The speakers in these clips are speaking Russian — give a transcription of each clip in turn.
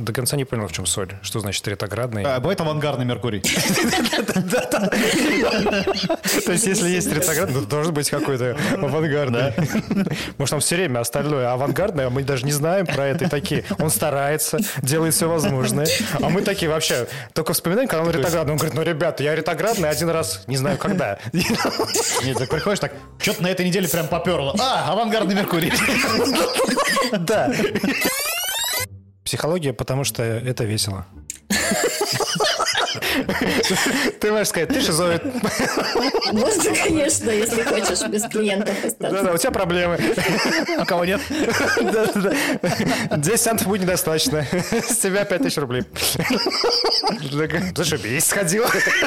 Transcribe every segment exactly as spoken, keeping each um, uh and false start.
до конца не понял, в чем соль. Что значит ретроградный? А, бывает авангардный Меркурий. То есть, если есть ретроградный, то должен быть какой-то авангардный. Может, там все время остальное авангардное, а мы даже не знаем про это. И такие, он старается, делает все возможное. А мы такие вообще только вспоминаем, когда он ретроградный. Он говорит, ну, ребята, я ретроградный один раз, не знаю когда. Нет, так приходишь так, что-то на этой неделе прям поперло. А, авангардный Меркурий. Да. Психология, потому что это весело. Ты можешь сказать, ты шизоид. Можно, конечно, если хочешь, без клиентов остаться. Да-да, у тебя проблемы. У кого нет? Да-да-да. десять центов будет недостаточно. С тебя пять тысяч рублей. Зашибись, сходил.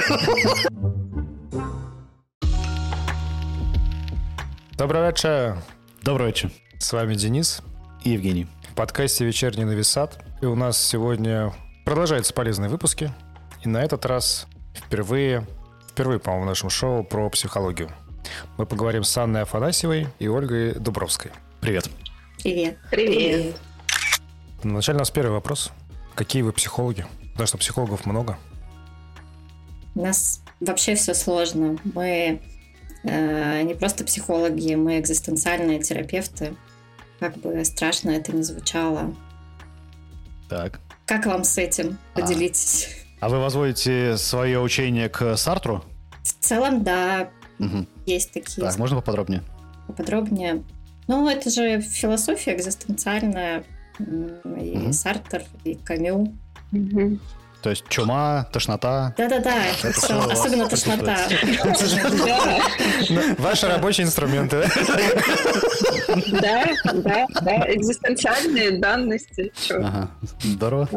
Добрый вечер. Добрый вечер. С вами Денис и Евгений. В подкасте «Вечерний Нависат». И у нас сегодня продолжаются полезные выпуски. И на этот раз впервые, впервые, по-моему, в нашем шоу про психологию. Мы поговорим с Анной Афанасьевой и Ольгой Дубровской. Привет. Привет. Привет. Вначале у нас первый вопрос. Какие вы психологи? Потому что психологов много. У нас вообще все сложно. Мы э, не просто психологи, мы экзистенциальные терапевты. Как бы страшно это ни звучало. Так. Как вам с этим? Поделитесь. А, а вы возводите свое учение к Сартру? В целом, да. Угу. Есть такие. Так, можно поподробнее? Поподробнее. Ну, это же философия экзистенциальная. И угу. Сартр, и Камю. Угу. То есть чума, тошнота. Да-да-да, это это все, особенно тошнота. Ваши рабочие инструменты. Да, да, да, экзистенциальные данности. Ага, здорово.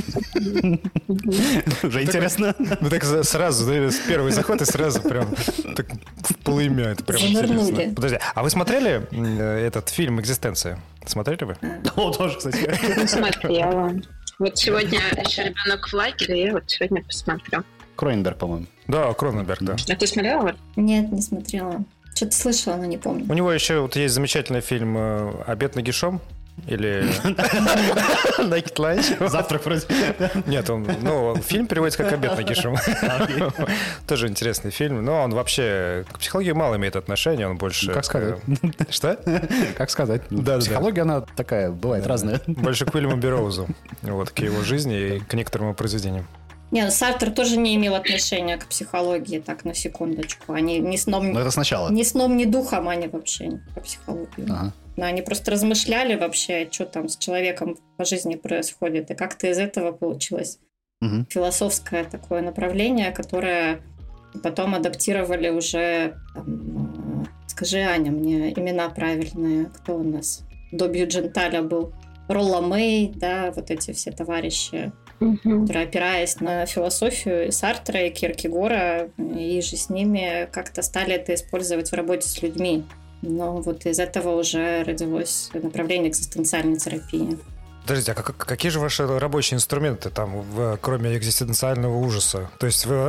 Уже интересно. Ну так сразу, первый заход и сразу прям в полымя. Это прям интересно. Подожди, а вы смотрели этот фильм «Экзистенция»? Смотрели вы? О, тоже, кстати. Смотрела. Вот сегодня еще ребенок в лагере, я вот сегодня посмотрю. Кроненберг, по-моему. Да, Кроненберг, да. А ты смотрела? Нет, не смотрела. Что-то слышала, но не помню. У него еще вот есть замечательный фильм «Обед нагишом». Или Naked Lunch. Завтрак вроде. Нет, он, ну, фильм переводится как «Обед нагишом». Тоже интересный фильм. Но он вообще к психологии мало имеет отношения, он больше... Как сказать? Что? Как сказать? Да, психология, она такая, бывает разная. Больше к Уильяму Берроузу. Вот, к его жизни и к некоторым его произведениям. Не, ну Сартр тоже не имел отношения к психологии, так, на секундочку. Они ни сном... Но это сначала. Ни сном, ни духом они вообще по психологии. Ага. Но они просто размышляли вообще, что там с человеком по жизни происходит, и как-то из этого получилось угу. философское такое направление, которое потом адаптировали уже... Там, скажи, Аня, мне имена правильные. Кто у нас? До Бьюдженталя был. Ролла Мэй, да, вот эти все товарищи. Угу. Которые, опираясь на философию Сартра и Киркегора, и же с ними как-то стали это использовать в работе с людьми. Но вот из этого уже родилось направление экзистенциальной терапии. Подождите, а как, какие же ваши рабочие инструменты там, в, кроме экзистенциального ужаса? То есть вы...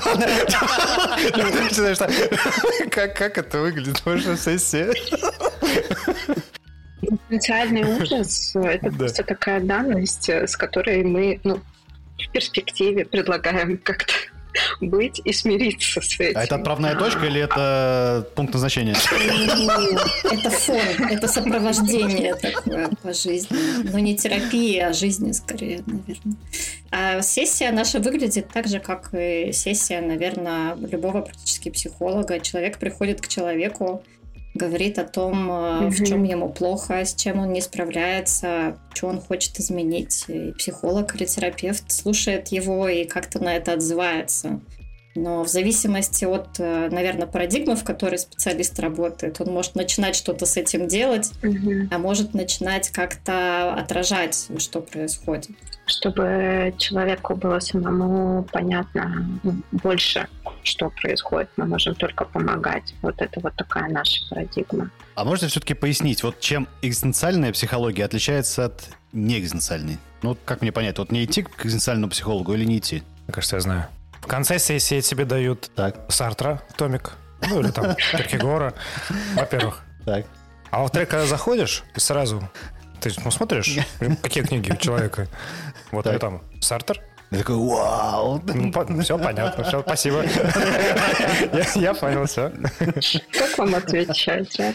Как это выглядит, ваша сессия? Экзистенциальный ужас – это просто такая данность, с которой мы ну, в перспективе предлагаем как-то быть и смириться с этим. А это отправная точка или это пункт назначения? Это фон, это сопровождение такое по жизни. Но не терапия, а жизни скорее, наверное. А сессия наша выглядит так же, как и сессия, наверное, любого практически психолога. Человек приходит к человеку, говорит о том, mm-hmm. в чем ему плохо, с чем он не справляется, что он хочет изменить. И психолог или терапевт слушает его и как-то на это отзывается. Но в зависимости от, наверное, парадигмы, в которой специалист работает, он может начинать что-то с этим делать, mm-hmm. а может начинать как-то отражать, что происходит. Чтобы человеку было самому понятно больше, что происходит, мы можем только помогать. Вот это вот такая наша парадигма. А можете все-таки пояснить, вот чем экзистенциальная психология отличается от неэкзистенциальной? Ну, как мне понять, вот мне идти к экзистенциальному психологу или не идти? Мне кажется, я знаю. В конце сессии тебе дают так. Сартра, томик, ну или там Киркегора, во-первых. Так. А во-вторых, когда заходишь, и сразу Ты ну, смотришь, какие книги у человека? Вот Так. там Сартер. Я такой, вау. Ну, по- все понятно, все, спасибо. Я, я понял, все. Как вам отвечать, а?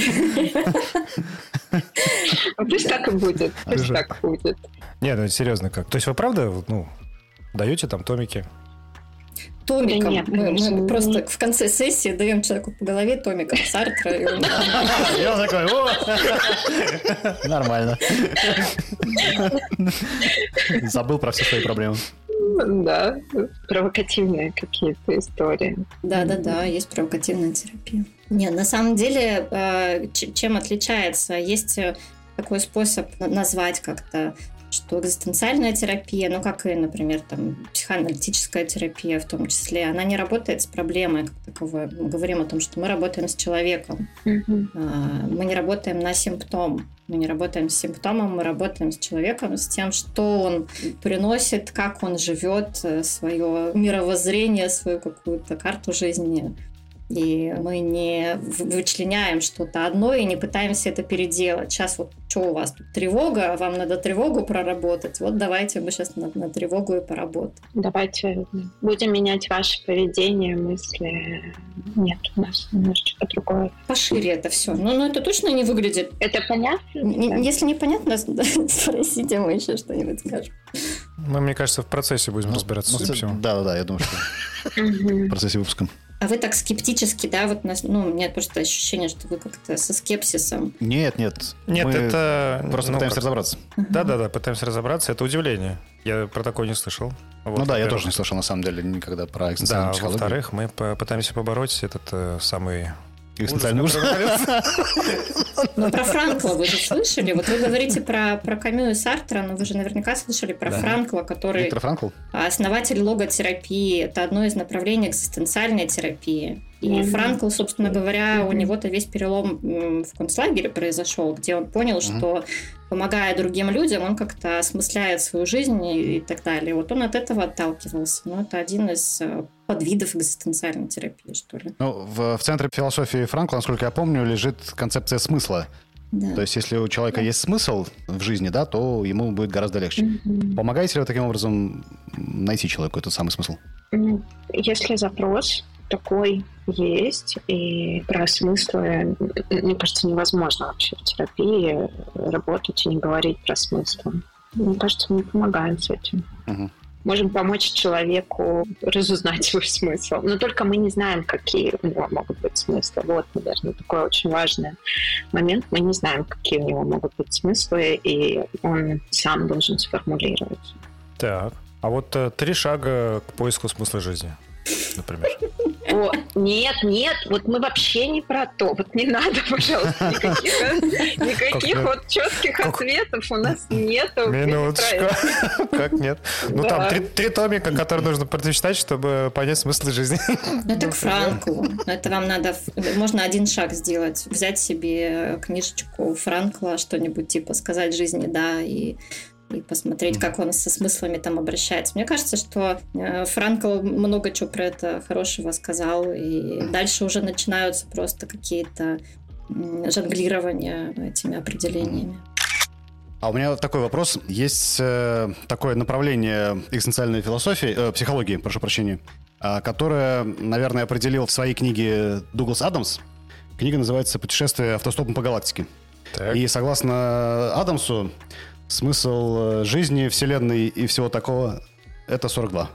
А пусть так и будет. Пусть Уже. так будет. Не, ну серьезно как? То есть вы правда, ну, даете там томики? Томиком. Да нет, мы, конечно, мы не- просто в конце сессии даем человеку по голове томиком Сартра. И он- Я такой, о! Нормально. Забыл про все свои проблемы. Да, провокативные какие-то истории. Да-да-да, есть провокативная терапия. Не, на самом деле, э, ч- чем отличается? Есть э, такой способ на- назвать как-то, что экзистенциальная терапия, ну, как и, например, там, психоаналитическая терапия в том числе, она не работает с проблемой как таковой. Мы говорим о том, что мы работаем с человеком. Мгм. А, Мы не работаем на симптом. Мы не работаем с симптомом, мы работаем с человеком, с тем, что он приносит, как он живет, свое мировоззрение, свою какую-то карту жизни. И мы не в- вычленяем что-то одно и не пытаемся это переделать. Сейчас вот что у вас тут тревога, вам надо тревогу проработать. Вот давайте мы сейчас на, на тревогу и поработаем. Давайте будем менять ваше поведение, мысли. Нет, у нас немножечко другое. Пошире это все. Ну, ну это точно не выглядит. Это понятно? Н- Если непонятно, спросите, мы еще что-нибудь скажем. Мы, мне кажется, в процессе будем разбираться Ну, с этим всем. да, да, да, я думаю, что Мгм. в процессе выпуска. А вы так скептически, да, вот нас, ну, у меня просто ощущение, что вы как-то со скепсисом. Нет, нет. Нет, мы это... Просто ну, пытаемся как- разобраться. Да-да-да, пытаемся разобраться. Это удивление. Я про такое не слышал. Вот, Ну да, я во-первых. тоже не слышал, на самом деле, никогда про экзистенциальную Да, психологию. во-вторых, мы по- пытаемся побороть этот э, самый... Экзистенциальный ужас, ужас. который творится. Ну, про Франкла вы же слышали? Вот вы говорите про, про Камю и Сартра, но вы же наверняка слышали про Да. Франкла, который Виктор Франкл? основатель логотерапии. Это одно из направлений экзистенциальной терапии. И Мгм. Франкл, собственно говоря, у Мгм. него-то весь перелом м, в концлагере произошел, где он понял, Мгм. что, помогая другим людям, он как-то осмысляет свою жизнь и, и так далее. Вот он от этого отталкивался. Ну, это один из э, подвидов экзистенциальной терапии, что ли. Ну, в, в центре философии Франкла, насколько я помню, лежит концепция смысла. Да. То есть, если у человека есть смысл в жизни, да, то ему будет гораздо легче. Мгм. Помогаете ли вы таким образом найти человеку этот самый смысл? Ну, если запрос такой есть, и про смыслы, мне кажется, невозможно вообще в терапии работать и не говорить про смыслы. Мне кажется, мы помогаем с этим. Мгм. Можем помочь человеку разузнать свой смысл. Но только мы не знаем, какие у него могут быть смыслы. Вот, наверное, такой очень важный момент. Мы не знаем, какие у него могут быть смыслы, и он сам должен сформулировать. Так. А вот э, три шага к поиску смысла жизни, например. О, нет, нет, вот мы вообще не про то. Вот не надо, пожалуйста, никаких, никаких Как- вот четких как- ответов у нас нету. Минуточку. Как нет? Ну, там Да. три, три томика, которые нужно прочитать, чтобы понять смысл жизни. Ну, это к Франклу. Это вам надо... Можно один шаг сделать. Взять себе книжечку Франкла, что-нибудь типа «Сказать жизни да» и и посмотреть, как он со смыслами там обращается. Мне кажется, что э, Франкл много чего про это хорошего сказал, и дальше уже начинаются просто какие-то м, жонглирования этими определениями. А у меня вот такой вопрос. Есть э, такое направление экзистенциальной философии, э, психологии, прошу прощения, э, которое, наверное, определил в своей книге Дуглас Адамс. Книга называется «Путешествие автостопом по галактике». Так. И согласно Адамсу, смысл э, жизни, вселенной и всего такого — это сорок два.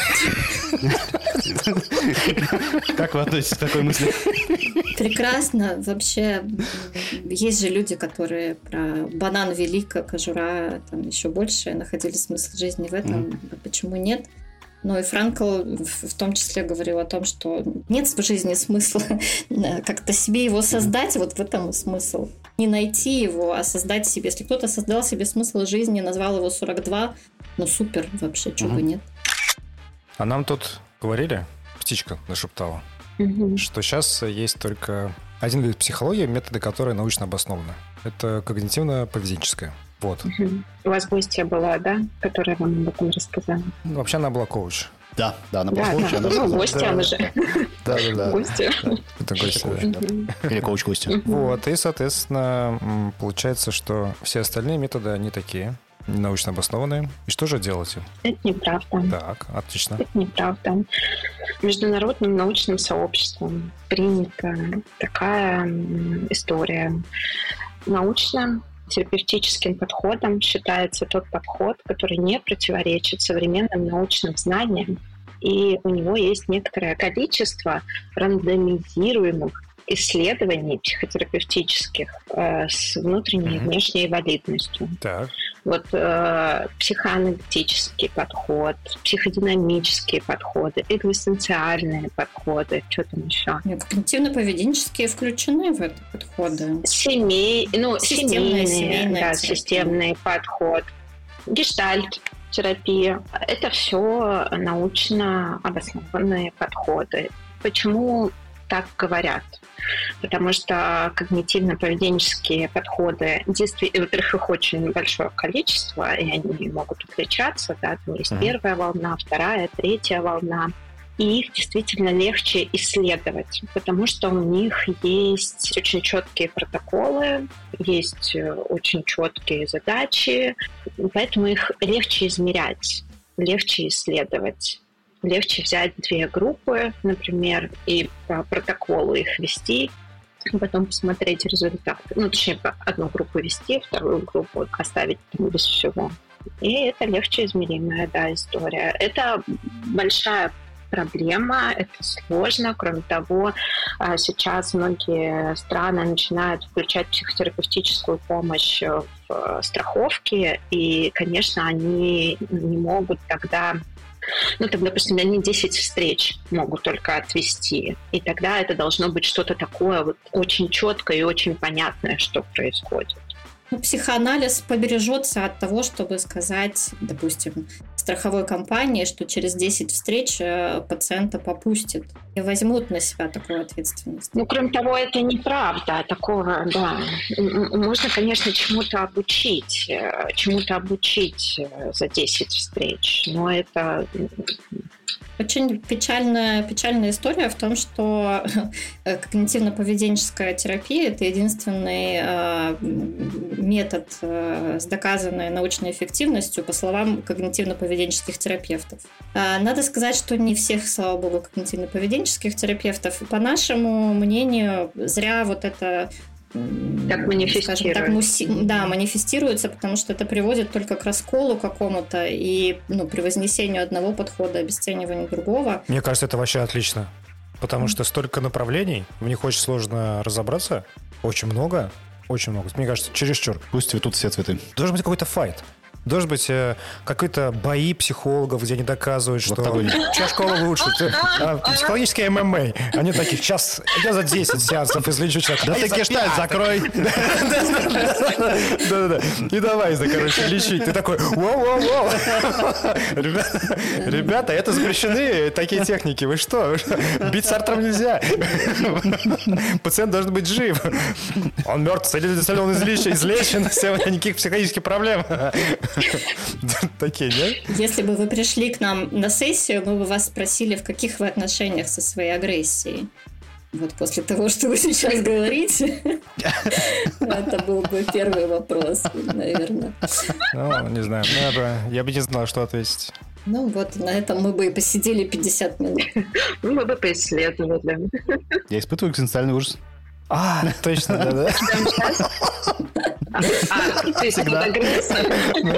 Как вы относитесь к такой мысли? Прекрасно. Вообще, м, есть же люди, которые про банан велика, кожура там еще больше находили смысл жизни в этом. А почему нет? Ну и Франкл в в том числе говорил о том, что нет в жизни смысла как-то себе его создать, вот в этом и смысл. Не найти его, а создать себе. Если кто-то создал себе смысл жизни, назвал его сорок два, ну супер, вообще, чего бы нет. А нам тут говорили, птичка нашептала, Мгм. что сейчас есть только один вид психологии, методы которой научно обоснованы. Это когнитивно-поведенческая. Вот. Мгм. У вас гостья была, да, которая вам об этом рассказала? Ну, вообще она была коуч. Да, да, на Да, прошлом да. Ну, гости, она же. Да, да, да. Гости. Это гость, да. Или коуч Костя. Вот, и, соответственно, м, получается, что все остальные методы, они такие, научно обоснованные. И что же делать? Это неправда. Так, отлично. Это неправда. Международным научным сообществом принята такая м, история. Научным терапевтическим подходом считается тот подход, который не противоречит современным научным знаниям, и у него есть некоторое количество рандомизируемых исследований психотерапевтических э, с внутренней и внешней валидностью. Так. Вот э, психоаналитический подход, психодинамические подходы, экзистенциальные подходы, что там еще? Когнитивно-поведенческие включены в эти подходы. Семей, ну, Системная, семейные, семейная да, терапия. системный подход, гештальт, терапия. Это все научно обоснованные подходы. Почему так говорят? Потому что когнитивно-поведенческие подходы, действительно, во-первых, их очень большое количество, и они могут отличаться. Да? Там есть mm-hmm. первая волна, вторая, третья волна. И их действительно легче исследовать, потому что у них есть очень четкие протоколы, есть очень четкие задачи, поэтому их легче измерять, легче исследовать. Легче взять две группы, например, и по протоколу их вести, потом посмотреть результаты. Ну, точнее, одну группу вести, вторую группу оставить без всего. И это легче измеримая, да, история. Это большая проблема, это сложно. Кроме того, сейчас многие страны начинают включать психотерапевтическую помощь в страховки, и, конечно, они не могут тогда... Ну, там, допустим, они десять встреч могут только отвести. И тогда это должно быть что-то такое вот очень четкое и очень понятное, что происходит. Ну, психоанализ побережется от того, чтобы сказать, допустим, страховой компании, что через десять встреч пациента попустят и возьмут на себя такую ответственность. Ну, кроме того, это неправда. Такого, да. Можно, конечно, чему-то обучить, чему-то обучить за десять встреч, но это... Очень печальная, печальная история в том, что когнитивно-поведенческая терапия – это единственный э, метод э, с доказанной научной эффективностью, по словам когнитивно-поведенческих терапевтов. Э, надо сказать, что не всех, слава богу, когнитивно-поведенческих терапевтов. По нашему мнению, зря вот это... Так манифестируется. Так, муси... Да, манифестируется, потому что это приводит только к расколу какому-то и ну, при вознесению одного подхода, обесцениванию другого. Мне кажется, это вообще отлично, потому что столько направлений, в них очень сложно разобраться, очень много, очень много. Мне кажется, чересчур. Пусть цветут все цветы. Должен быть какой-то файт. Должен быть э, какие-то бои психологов, где они доказывают, что чья школа лучше. Ты, а, психологические эм эм а. Они такие, сейчас я за десять сеансов излечу человека. Да ты гештальт закрой. Да-да-да. И давай, короче, лечить. Ты такой, воу-воу-воу. Ребята, это запрещены такие техники. Вы что? Бить Сартром нельзя. Пациент должен быть жив. Он мертв, следовательно, он излечен. Все, никаких психологических проблем. Такие, нет? Если бы вы пришли к нам на сессию, мы бы вас спросили, в каких вы отношениях со своей агрессией. Вот после того, что вы сейчас говорите, это был бы первый вопрос, наверное. Ну, не знаю, я бы не знал, что ответить. Ну вот, на этом мы бы и посидели пятьдесят минут. Мы бы поисследовали. Я испытываю экзистенциальный ужас. А, точно, да-да. А, ты всегда агрессор.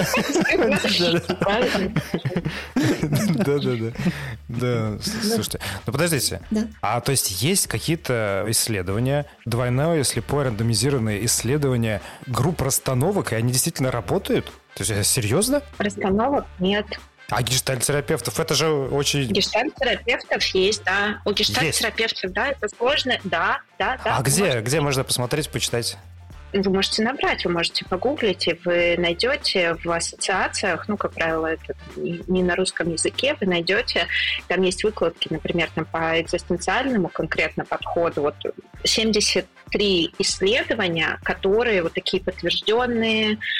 Да-да-да. Да, слушайте, ну подождите. А то есть есть какие-то исследования, двойное слепое рандомизированное исследование групп расстановок, и они действительно работают? То есть серьезно? Расстановок нет. А гештальт-терапевтов, это же очень... Гештальт-терапевтов есть, да. У гештальт-терапевтов, да, это сложно, да, да, да. А где, можете... где можно посмотреть, почитать? Вы можете набрать, вы можете погуглить, и вы найдете в ассоциациях, ну, как правило, это не на русском языке, вы найдете, там есть выкладки, например, там по экзистенциальному конкретно подходу, вот семьдесят три исследования, которые вот такие подтвержденные,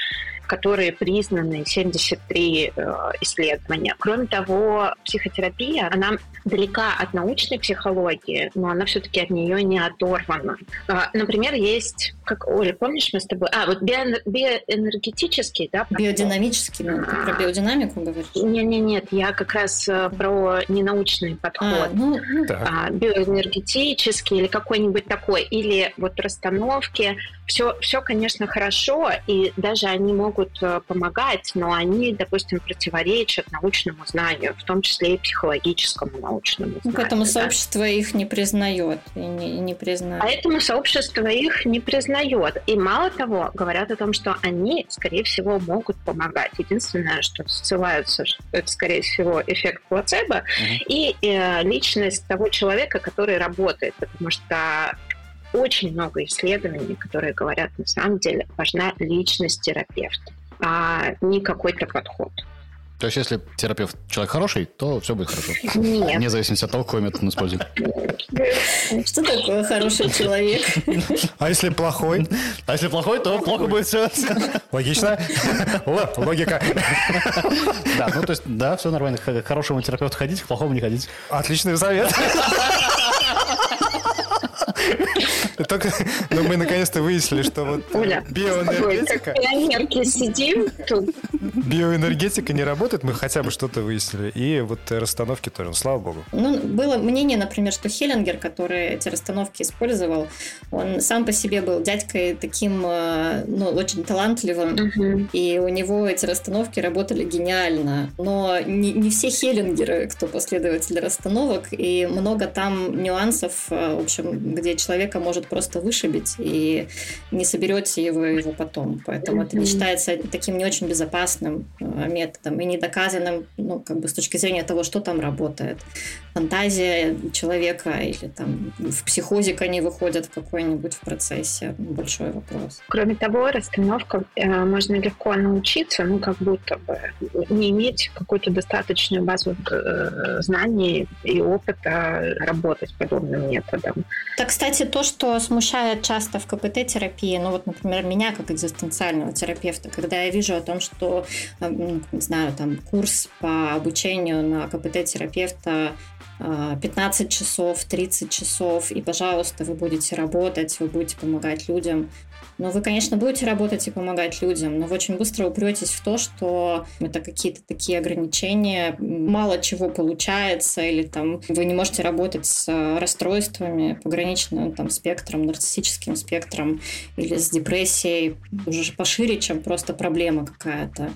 которые признаны, семьдесят три э, исследования. Кроме того, психотерапия, она далека от научной психологии, но она все-таки от нее не оторвана. А, например, есть, как, Оля, помнишь, мы с тобой... А, вот био, биоэнергетический, да? Биодинамический, ну, ты про биодинамику говоришь? Нет-нет-нет, я как раз про ненаучный подход. А, ну, ну, а, биоэнергетический или какой-нибудь такой, или вот расстановки. Все, все, конечно, хорошо, и даже они могут помогать, но они, допустим, противоречат научному знанию, в том числе и психологическому научному знанию. Ну, поэтому да? сообщество их не признает и не, не признает. Поэтому сообщество их не признает. И мало того, говорят о том, что они, скорее всего, могут помогать. Единственное, что ссылаются, что это, скорее всего, эффект плацебо mm-hmm. и э, личность того человека, который работает, потому что очень много исследований, которые говорят, на самом деле, важна личность терапевта, а не какой-то подход. То есть, если терапевт человек хороший, то все будет хорошо? Нет. Вне зависимости от того, какой метод он использует. Что такое хороший человек? А если плохой? А если плохой, то плохо будет все. Логично? Логика. Да, ну то есть, да, все нормально. К хорошему терапевту ходить, к плохому не ходить. Отличный совет. Только, но мы наконец-то выяснили, что вот Оля, биоэнергетика... Как пионерки сидим тут. Биоэнергетика не работает, мы хотя бы что-то выяснили. И вот расстановки тоже, слава богу. Ну, было мнение, например, что Хеллингер, который эти расстановки использовал, он сам по себе был дядькой таким, ну, очень талантливым, uh-huh. и у него эти расстановки работали гениально. Но не, не все Хеллингеры, кто последователь расстановок, и много там нюансов, в общем, где человека может просто вышибить, и не соберете его, его потом. Поэтому mm-hmm. это не считается таким не очень безопасным методом и недоказанным, ну, как бы с точки зрения того, что там работает. Фантазия человека или там в психозик они выходят в какой-нибудь в процессе. Большой вопрос. Кроме того, расстановкам э, можно легко научиться, ну, как будто бы не иметь какую-то достаточную базу э, знаний и опыта работать подобным методом. Так, кстати, то, что смущает часто в КПТ-терапии, ну вот, например, меня как экзистенциального терапевта, когда я вижу о том, что, ну, не знаю, там курс по обучению на КПТ-терапевта пятнадцать часов, тридцать часов, и, пожалуйста, вы будете работать, вы будете помогать людям. Но вы, конечно, будете работать и помогать людям, но вы очень быстро упретесь в то, что это какие-то такие ограничения, мало чего получается, или там вы не можете работать с расстройствами, пограничным там спектром, нарциссическим спектром, или с депрессией, уже пошире, чем просто проблема какая-то.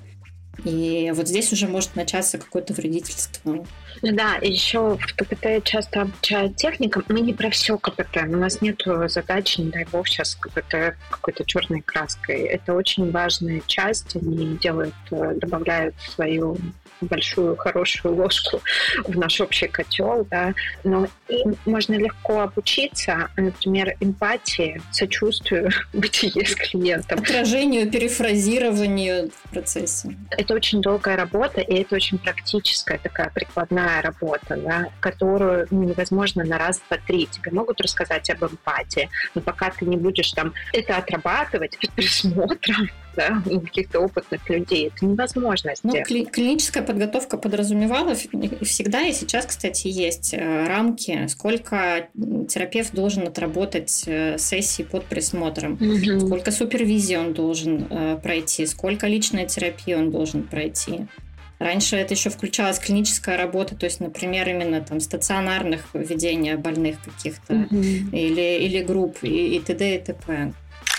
И вот здесь уже может начаться какое-то вредительство. Да, еще в КПТ часто обучают техникам. Мы не про все КПТ. У нас нет задачи, не дай бог, сейчас КПТ какой-то черной краской. Это очень важная часть. Они делают, добавляют свою большую хорошую ложку в наш общий котел, да, но им можно легко обучиться, например, эмпатии, сочувствию, бытие с клиентом. Отражению, перефразированию в процессе. Это очень долгая работа, и это очень практическая такая прикладная работа, да, которую невозможно на раз, два, три. Тебе могут рассказать об эмпатии, но пока ты не будешь там это отрабатывать под присмотром, да, у каких-то опытных людей, это невозможно сделать. Ну, кли- клиническая подготовка подразумевала всегда, и сейчас, кстати, есть рамки, сколько терапевт должен отработать сессий под присмотром, mm-hmm. сколько супервизии он должен э, пройти, сколько личной терапии он должен пройти. Раньше это еще включалась клиническая работа, то есть, например, именно там стационарных ведения больных каких-то, mm-hmm. или, или групп, и, и т.д. и т.п.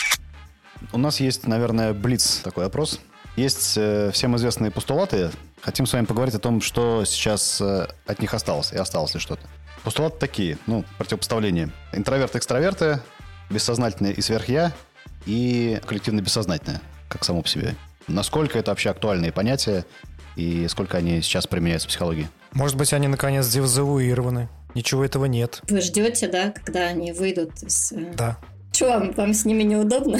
У нас есть, наверное, блиц такой опрос. Есть э, всем известные постулаты. Хотим с вами поговорить о том, что сейчас э, от них осталось, и осталось ли что-то. Постулаты такие, ну, противопоставление. Интроверты-экстраверты, бессознательное и сверхя, и коллективно-бессознательное, как само по себе. Насколько это вообще актуальные понятия, и сколько они сейчас применяются в психологии? Может быть, они наконец девзавуированы. Ничего этого нет. Вы ждете, да, когда они выйдут из... Да. Что, вам, вам с ними неудобно?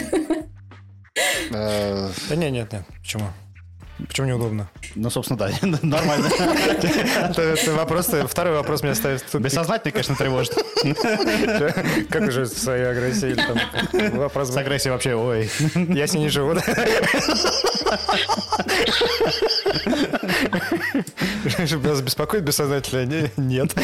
Да нет, нет, нет. Почему? Почему неудобно? Ну, собственно, да, нормально. Это вопрос, второй вопрос меня ставит в тупик. Бессознательно, конечно, тревожит. Как уже с своей агрессией? С агрессией вообще, ой. Я с ней не живу. Чтобы вас беспокоит бессознательно? Нет.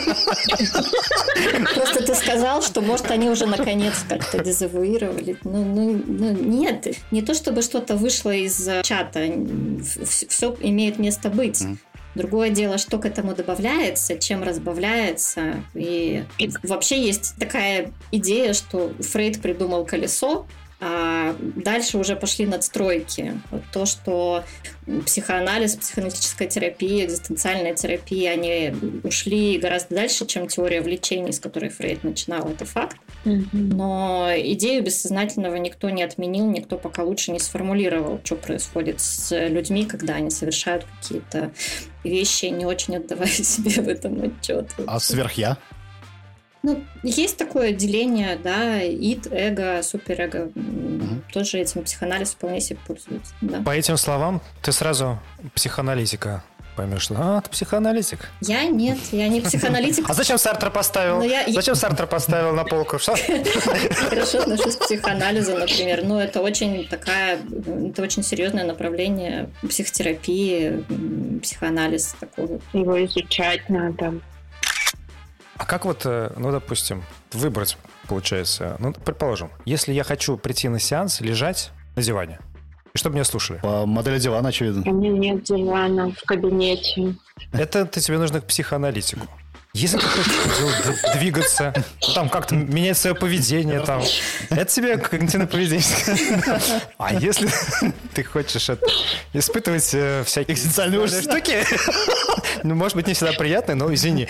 Просто ты сказал, что, может, они уже наконец как-то дезавуировали. Ну, ну, ну, нет. Не то, чтобы что-то вышло из чата. Все имеет место быть. Другое дело, что к этому добавляется, чем разбавляется. И вообще есть такая идея, что Фрейд придумал колесо, а дальше уже пошли надстройки. Вот то, что психоанализ, психоаналитическая терапия, экзистенциальная терапия, они ушли гораздо дальше, чем теория влечений, с которой Фрейд начинал, это факт. Mm-hmm. Но идею бессознательного никто не отменил, никто пока лучше не сформулировал, что происходит с людьми, когда они совершают какие-то вещи, не очень отдавая себе в этом отчет. А сверхя? Ну, есть такое деление, да, ид, эго, суперэго. Угу. Тоже этим психоанализ вполне себе пользуется. Да. По этим словам ты сразу психоаналитика поймешь, что а, ты психоаналитик. Я нет, я не психоаналитик. А зачем Сартра поставил? Я... Зачем Сартра поставил на полку? Хорошо отношусь к психоанализу, например. Ну, это очень такая, это очень серьезное направление психотерапии, психоанализ такого. Его изучать надо. А как вот, ну, допустим, выбрать, получается, ну, предположим, если я хочу прийти на сеанс, лежать на диване, и чтобы меня слушали. По модели дивана, очевидно. У меня нет дивана в кабинете. Это тебе нужно к психоаналитику. Если ты хочешь двигаться, там как-то менять свое поведение, там, это тебе когнитивное поведение. А если ты хочешь это, испытывать э, всякие экзистенциальные штуки, ну, может быть, не всегда приятные, но извини.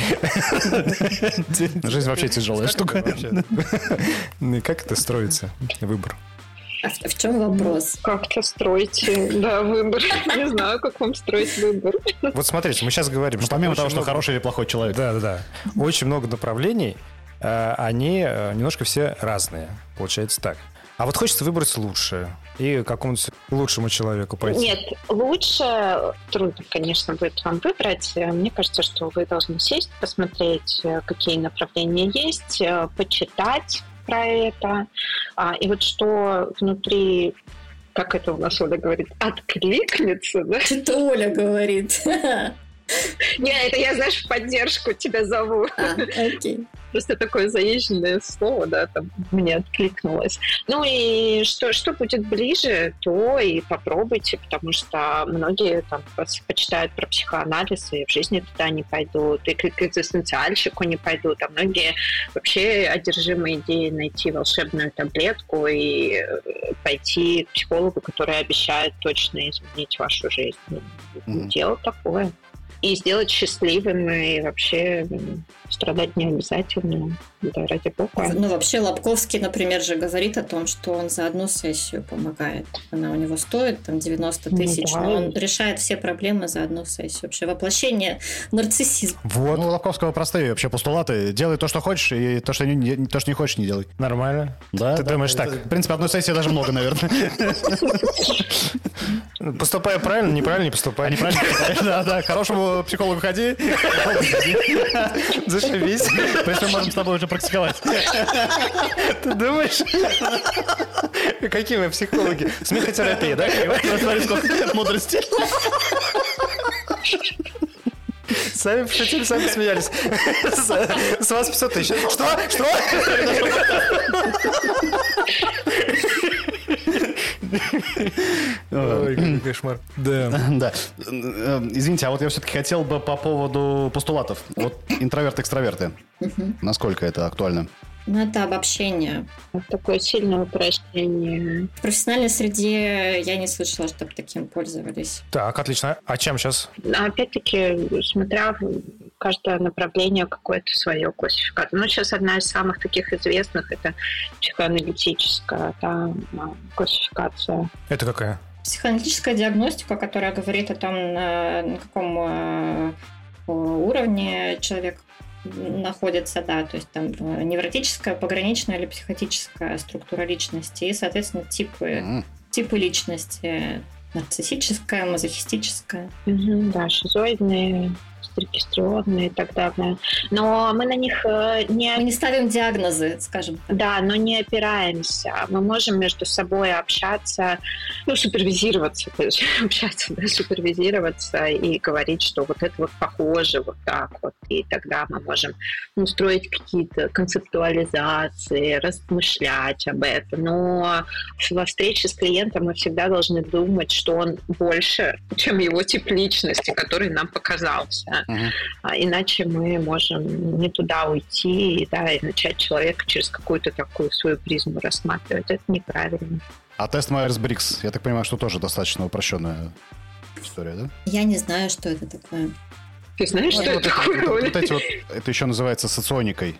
Жизнь вообще тяжелая штука. Как это строится, выбор? А в, в чем вопрос? Как-то строите, да, выбор. Не знаю, как вам строить выбор. Вот смотрите, мы сейчас говорим, ну, что помимо того, что много... хороший или плохой человек. Да, да, да. Очень много направлений, э, они э, немножко все разные. Получается так. А вот хочется выбрать лучшее и какому-нибудь лучшему человеку пойти. Нет, лучше трудно, конечно, будет вам выбрать. Мне кажется, что вы должны сесть, посмотреть, какие направления есть, почитать про это. А, и вот что внутри, как это у нас Оля говорит, откликнется, да? Что Оля говорит? Не, это я, знаешь, в поддержку тебя зову. А, окей. Просто такое заезженное слово, да, там мне откликнулось. Ну и что, что будет ближе, то и попробуйте, потому что многие там почитают про психоанализ и в жизни туда не пойдут, и к экзистенциальщику не пойдут, а многие вообще одержимы идеей найти волшебную таблетку и пойти к психологу, который обещает точно изменить вашу жизнь. Mm-hmm. Дело такое. И сделать счастливым, и вообще страдать не обязательно, да, ради бога. Ну, вообще, Лобковский, например, же говорит о том, что он за одну сессию помогает. Она у него стоит там девяносто тысяч, ну, да. Но он решает все проблемы за одну сессию. Вообще воплощение нарциссизма. Вот. Ну, у Лобковского простые вообще постулаты. Делай то, что хочешь, и то, что не, то, что не хочешь, не делай. Нормально. Да, ты да, думаешь да, так? В принципе, одной сессии даже много, наверное. Поступая правильно, неправильно не поступай. Неправильно, да, да. Хорошему психологу ходи. Зашибись. Причем мы можем с тобой уже практиковать. Ты думаешь? Какие мы психологи? Смехотерапия, да? Смотри, сколько мудрости. Сами пошутили, сами смеялись. С, с вас пятьсот тысяч. Что? Что? Ой, какой кошмар. Да. Да. Извините, а вот я все-таки хотел бы по поводу постулатов. Вот интроверт-экстраверты. Насколько это актуально? Ну, это обобщение. Такое сильное упрощение. В профессиональной среде я не слышала, чтобы таким пользовались. Так, отлично. А чем сейчас? Опять-таки, смотря каждое направление какое-то свое классификацию. Ну, сейчас одна из самых таких известных — это психоаналитическая, да, классификация. Это какая? Психоаналитическая диагностика, которая говорит о том, на, на каком уровне человек находится, да, то есть там невротическая, пограничная или психотическая структура личности и, соответственно, типы, mm. типы личности. Нарциссическая, мазохистическая. Mm-hmm, да, шизоидные. зарегистрированные и так далее. Но мы на них не... Мы не ставим диагнозы, скажем так. Да, но не опираемся. Мы можем между собой общаться, ну, супервизироваться, даже, общаться, да, супервизироваться и говорить, что вот это вот похоже, вот так вот. И тогда мы можем ну, строить какие-то концептуализации, размышлять об этом. Но во встрече с клиентом мы всегда должны думать, что он больше, чем его тип личности, который нам показался. Uh-huh. А иначе мы можем не туда уйти, да, и начать человека через какую-то такую свою призму рассматривать. Это неправильно. А тест Майерс-Бриггс, я так понимаю, что тоже достаточно упрощенная история, да? Я не знаю, что это такое. Ты знаешь, ну, что вот это такое? Вот, вот эти вот, это еще называется соционикой.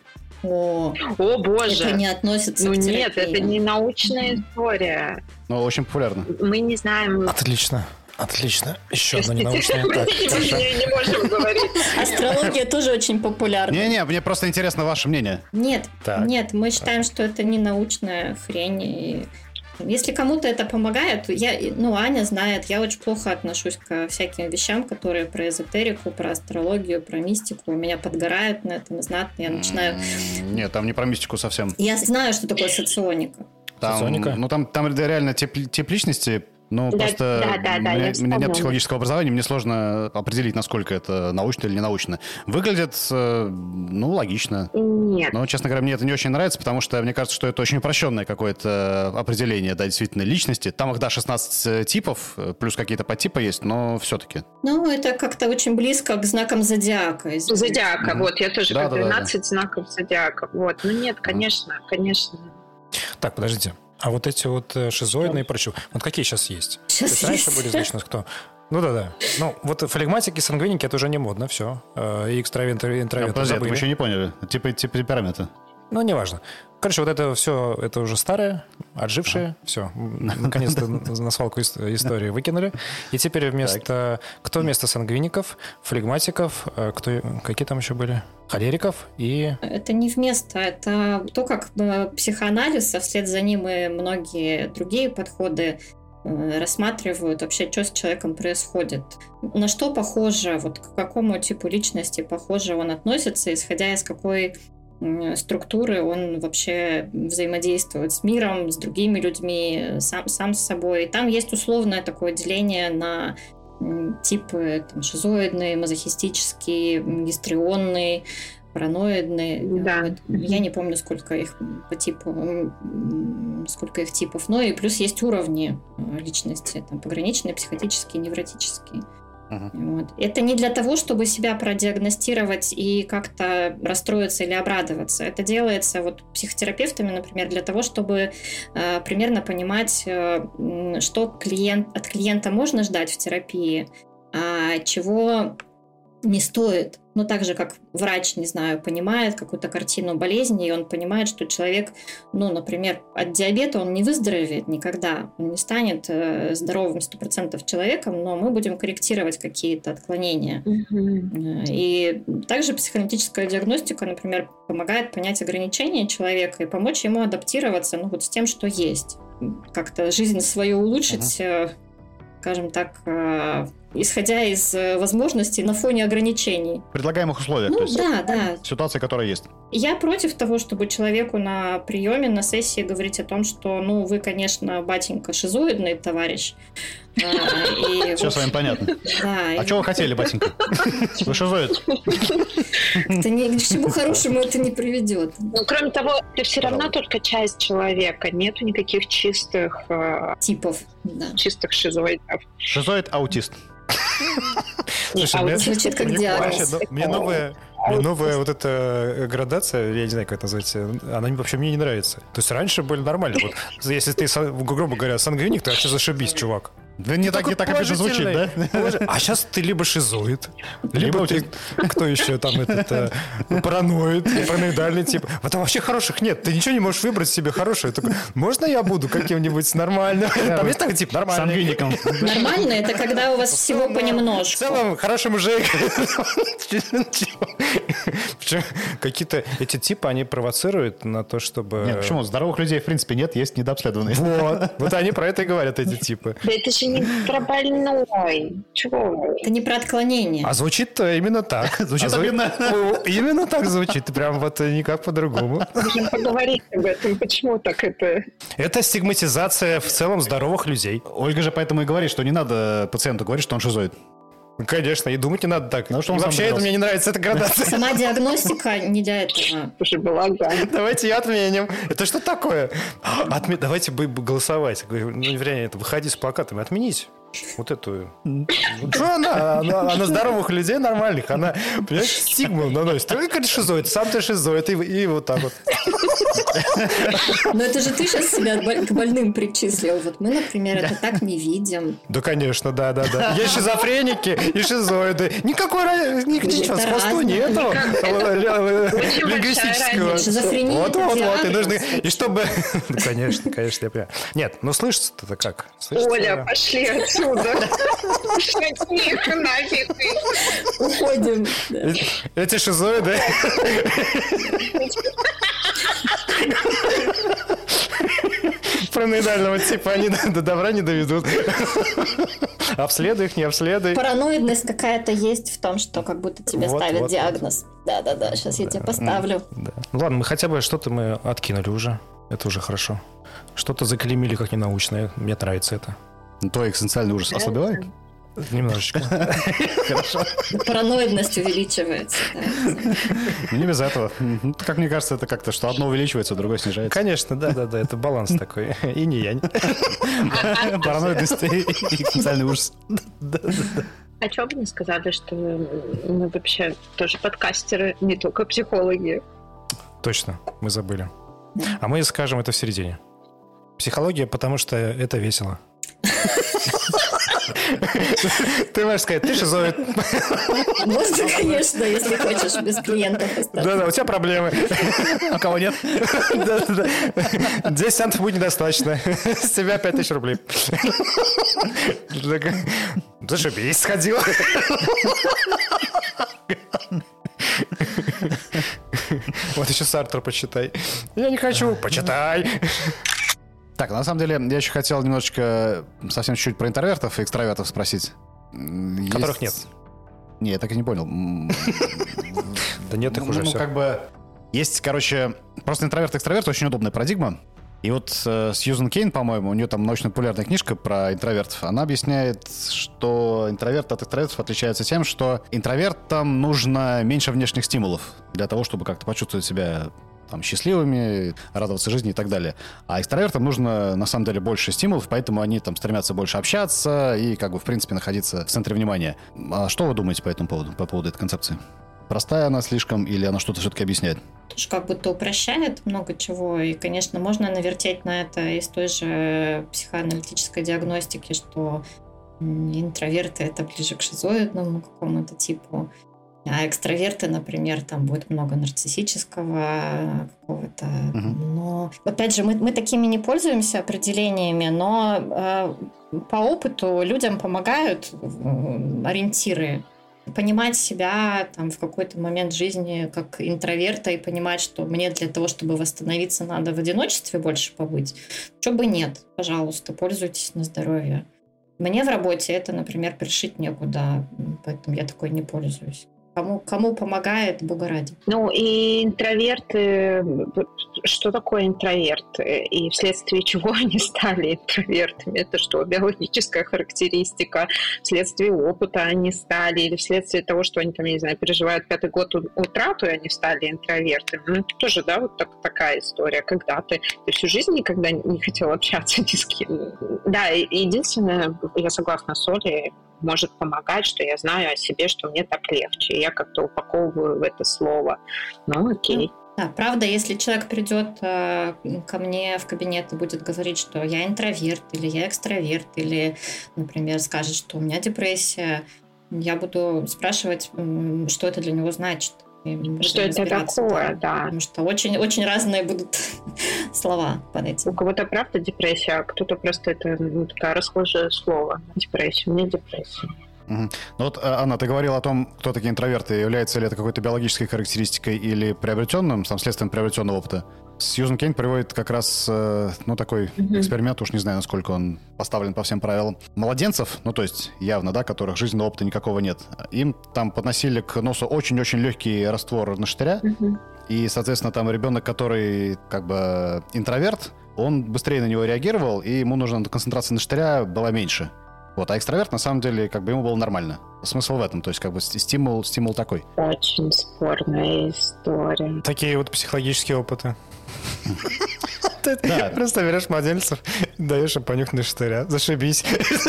О, О, боже. Это не относится ну, к терапии. Нет, это не научная история. Но очень популярно. Мы не знаем... Отлично. Отлично. Еще одна ненаучная. Так, хорошо. Мы не можем говорить. Астрология тоже очень популярна. Не-не, мне просто интересно ваше мнение. Нет, так. нет, мы считаем, что это не научная хрень. И если кому-то это помогает, я, ну, Аня знает, я очень плохо отношусь ко всяким вещам, которые про эзотерику, про астрологию, про мистику. Меня подгорают на этом знатно. Я начинаю... Нет, там не про мистику совсем. Я знаю, что такое соционика. Там, соционика? Ну, там, там реально тип, тип личности. Ну, да, просто да, да, да, у меня, у меня нет психологического образования, мне сложно определить, насколько это научно или не научно. Выглядит, ну, логично. Нет. Но, честно говоря, мне это не очень нравится, потому что мне кажется, что это очень упрощенное какое-то определение, да, действительно, личности. Там их, да, шестнадцать типов, плюс какие-то подтипы есть, но все-таки. Ну, это как-то очень близко к знакам зодиака. Зодиака, mm-hmm. вот, я тоже да, как да, двенадцать да, да. знаков зодиака. Вот, ну нет, конечно, mm-hmm. конечно. Так, подождите. А вот эти вот шизоидные и прочее, вот какие сейчас есть? Сейчас есть. Раньше были, значит, кто? Ну да-да. Ну, вот флегматики, сангвиники, это уже не модно, все. И экстраверты, и интроверты Подожди, забыли. вы еще не поняли. Типа, типа темперамента. Ну, неважно. Короче, вот это все, это уже старое, отжившее, а. все. Наконец-то на свалку истории выкинули. И теперь вместо... Кто вместо сангвиников, флегматиков, кто, какие там еще были? Холериков и... Это не вместо, это то, как психоанализ, а вслед за ним и многие другие подходы рассматривают вообще, что с человеком происходит. На что похоже, вот к какому типу личности похоже он относится, исходя из какой структуры он вообще взаимодействует с миром, с другими людьми, сам, сам с собой. И там есть условное такое деление на типы там, шизоидный, мазохистический, гистрионный, параноидный. Да. Вот. Я не помню, сколько их по типу, сколько их типов. Ну и плюс есть уровни личности, там, пограничные, психотические, невротические. Uh-huh. Вот. Это не для того, чтобы себя продиагностировать и как-то расстроиться или обрадоваться. Это делается вот психотерапевтами, например, для того, чтобы э, примерно понимать, э, что клиент, от клиента можно ждать в терапии, а чего не стоит. Ну, так же, как врач, не знаю, понимает какую-то картину болезни, и он понимает, что человек, ну, например, от диабета он не выздоровеет никогда, он не станет э, здоровым сто процентов человеком, но мы будем корректировать какие-то отклонения. Mm-hmm. И также психоаналитическая диагностика, например, помогает понять ограничения человека и помочь ему адаптироваться, ну, вот с тем, что есть. Как-то жизнь свою улучшить, mm-hmm. скажем так, э, исходя из возможностей на фоне ограничений. Предлагаемых условий. Ну, то есть да, да. Ситуация, которая есть. Я против того, чтобы человеку на приеме, на сессии говорить о том, что, ну, вы, конечно, батенька, шизоидный товарищ. Все с вами понятно. А что вы хотели, батенька? Вы шизоид. Это ни к чему хорошему это не приведет. Ну, кроме того, ты все равно только часть человека. Нету никаких чистых... Типов, да. Чистых шизоидов. Шизоид-аутист. Слушай, мне, звучит как диагноз. Мне новая, мне новая вот эта градация, я не знаю, как это назвать, она вообще мне не нравится. То есть раньше были нормально. Вот, если ты, грубо говоря, сангвиник, то вообще зашибись, чувак. Да не так, не так обычно звучит, да? А сейчас ты либо шизоид, либо ты, кто еще там, этот, параноид, параноидальный тип. А там вообще хороших нет. Ты ничего не можешь выбрать себе хорошее. Такой, можно я буду каким-нибудь нормальным? Там есть такой тип нормальный. Сангвиником. Нормально, это когда у вас всего понемножку. В целом, хороший мужик. Какие-то эти типы, они провоцируют на то, чтобы... Нет, почему? Здоровых людей, в принципе, нет, есть недообследованные. Вот. Вот они про это и говорят, эти типы. Да это же не про больной. Чего? Это не про отклонение. А звучит именно так. Звучит а обидно. Зву... Именно так звучит. Прям вот никак по-другому. Нужно поговорить об этом. Почему так это? Это стигматизация в целом здоровых людей. Ольга же поэтому и говорит, что не надо пациенту говорить, что он шизоид. Конечно, и думать не надо так. Ну, что И он сам вообще это догадался. мне не нравится, эта градация. Сама диагностика не для этого. Уже была, да. Давайте ее отменим. Это что такое? Отме... Давайте бы голосовать. Говорю, ну, вернее, это выходи с плакатами, отменить. Вот эту. Что она? она? Она здоровых людей нормальных. Она, понимаешь, стигму наносит. Ты как шизоид, сам ты шизоид. И, и вот так вот. Но это же ты сейчас себя к больным причислил. Вот мы, например, это так не видим. Да, конечно, да, да, да. Есть шизофреники и шизоиды. Никакой разницы, ничего, Это сходства разное. нету. Очень большая Лингвистического. разница. Шизофрения Вот, это вот, вот. И диагноз. нужно. И чтобы. Ну, конечно, конечно, я понимаю. Нет, ну слышится-то как? Слышится? Оля, пошли отсюда. Шатник нафиг. Уходим. Да. Эти шизоиды. Параноидального типа они до добра не доведут. Обследуй их, не обследуй. Параноидность какая-то есть в том, что как будто тебе Вот, ставят вот, диагноз. Да-да-да, сейчас я тебе поставлю. Да. Ну ладно, мы хотя бы что-то мы откинули уже. Это уже хорошо. Что-то заклеймили как ненаучное. Мне нравится это. Ну, твой экзистенциальный ужас ослабевает? Немножечко. Хорошо. Параноидность увеличивается. Да. Ну, не без этого. Ну, как мне кажется, это как-то, что одно увеличивается, другое снижается. Конечно, да-да-да, это баланс такой. И не янь. Параноидность и экзистенциальный ужас. А что бы не сказали, что мы вообще тоже подкастеры, не только психологи? Точно, мы забыли. А мы скажем это в середине. Психология, потому что это весело. Ты можешь сказать, ты шизоид. Можно, конечно, если хочешь, без клиентов остаться. Да-да, у тебя проблемы. А кого нет? Да-да-да. десять центов будет недостаточно. С тебя пять тысяч рублей. Ты что, есть сходила? Вот еще Сартр почитай. Я не хочу. Почитай. Так, на самом деле, я еще хотел немножечко, совсем чуть-чуть про интровертов и экстравертов спросить. Которых нет. Не, я так и не понял. Да нет их Ну, уже ну, все. как бы есть, короче, просто интроверт-экстраверт очень удобная парадигма. И вот э, Сьюзен Кейн, по-моему, у нее там научно-популярная книжка про интровертов. Она объясняет, что интроверт от экстравертов отличается тем, что интровертам нужно меньше внешних стимулов для того, чтобы как-то почувствовать себя там, счастливыми, радоваться жизни и так далее. А экстравертам нужно, на самом деле, больше стимулов, поэтому они там стремятся больше общаться и, как бы, в принципе, находиться в центре внимания. А что вы думаете по этому поводу, по поводу этой концепции? Простая она слишком или она что-то все-таки объясняет? Тоже как будто упрощает много чего. И, конечно, можно навертеть на это из той же психоаналитической диагностики, что интроверты — это ближе к шизоидному какому-то типу. А экстраверты, например, там будет много нарциссического какого-то. Мгм. Но, опять же, мы, мы такими не пользуемся определениями, но э, по опыту людям помогают э, ориентиры. Понимать себя там, в какой-то момент жизни как интроверта и понимать, что мне для того, чтобы восстановиться, надо в одиночестве больше побыть. Чего бы нет, пожалуйста, пользуйтесь на здоровье. Мне в работе это, например, пришить некуда, поэтому я такой не пользуюсь. Кому, кому помогает, Бога ради. Ну и интроверты, что такое интроверты? И вследствие чего они стали интровертами? Это что, биологическая характеристика? Вследствие опыта они стали? Или вследствие того, что они там, я не знаю, переживают пятый год утрату, и они стали интровертами? Ну это тоже, да, вот так, такая история. Когда ты, ты всю жизнь никогда не хотел общаться ни с кем. Да, и единственное, я согласна с Олей, может помогать, что я знаю о себе, что мне так легче. Я как-то упаковываю в это слово. Ну, окей. Да, правда, если человек придет э, ко мне в кабинет и будет говорить, что я интроверт, или я экстраверт, или, например, скажет, что у меня депрессия, я буду спрашивать, м, что это для него значит. И мы будем Что это разбираться, такое, да. Потому что очень, очень разные будут слова под У этим. кого-то правда депрессия, а кто-то просто это ну, такое расхожее слово. Депрессия, у меня депрессия. Мгм. Ну вот, а, Анна, ты говорила о том, кто такие интроверты. Является ли это какой-то биологической характеристикой или приобретенным, там, следствием приобретенного опыта? Сьюзен Кейн приводит как раз, ну, такой mm-hmm. эксперимент, уж не знаю, насколько он поставлен по всем правилам. Младенцев, ну, то есть явно, да, которых жизненного опыта никакого нет, им там подносили к носу очень-очень легкий раствор нашатыря, mm-hmm. и, соответственно, там ребенок, который как бы интроверт, он быстрее на него реагировал, и ему нужна концентрация нашатыря была меньше. Вот, а экстраверт, на самом деле, как бы ему было нормально. Смысл в этом, то есть как бы стимул, стимул такой. Очень спорная история. Такие вот психологические опыты. Ты просто берешь младенцев, даешь им понюхать на штыря. Зашибись.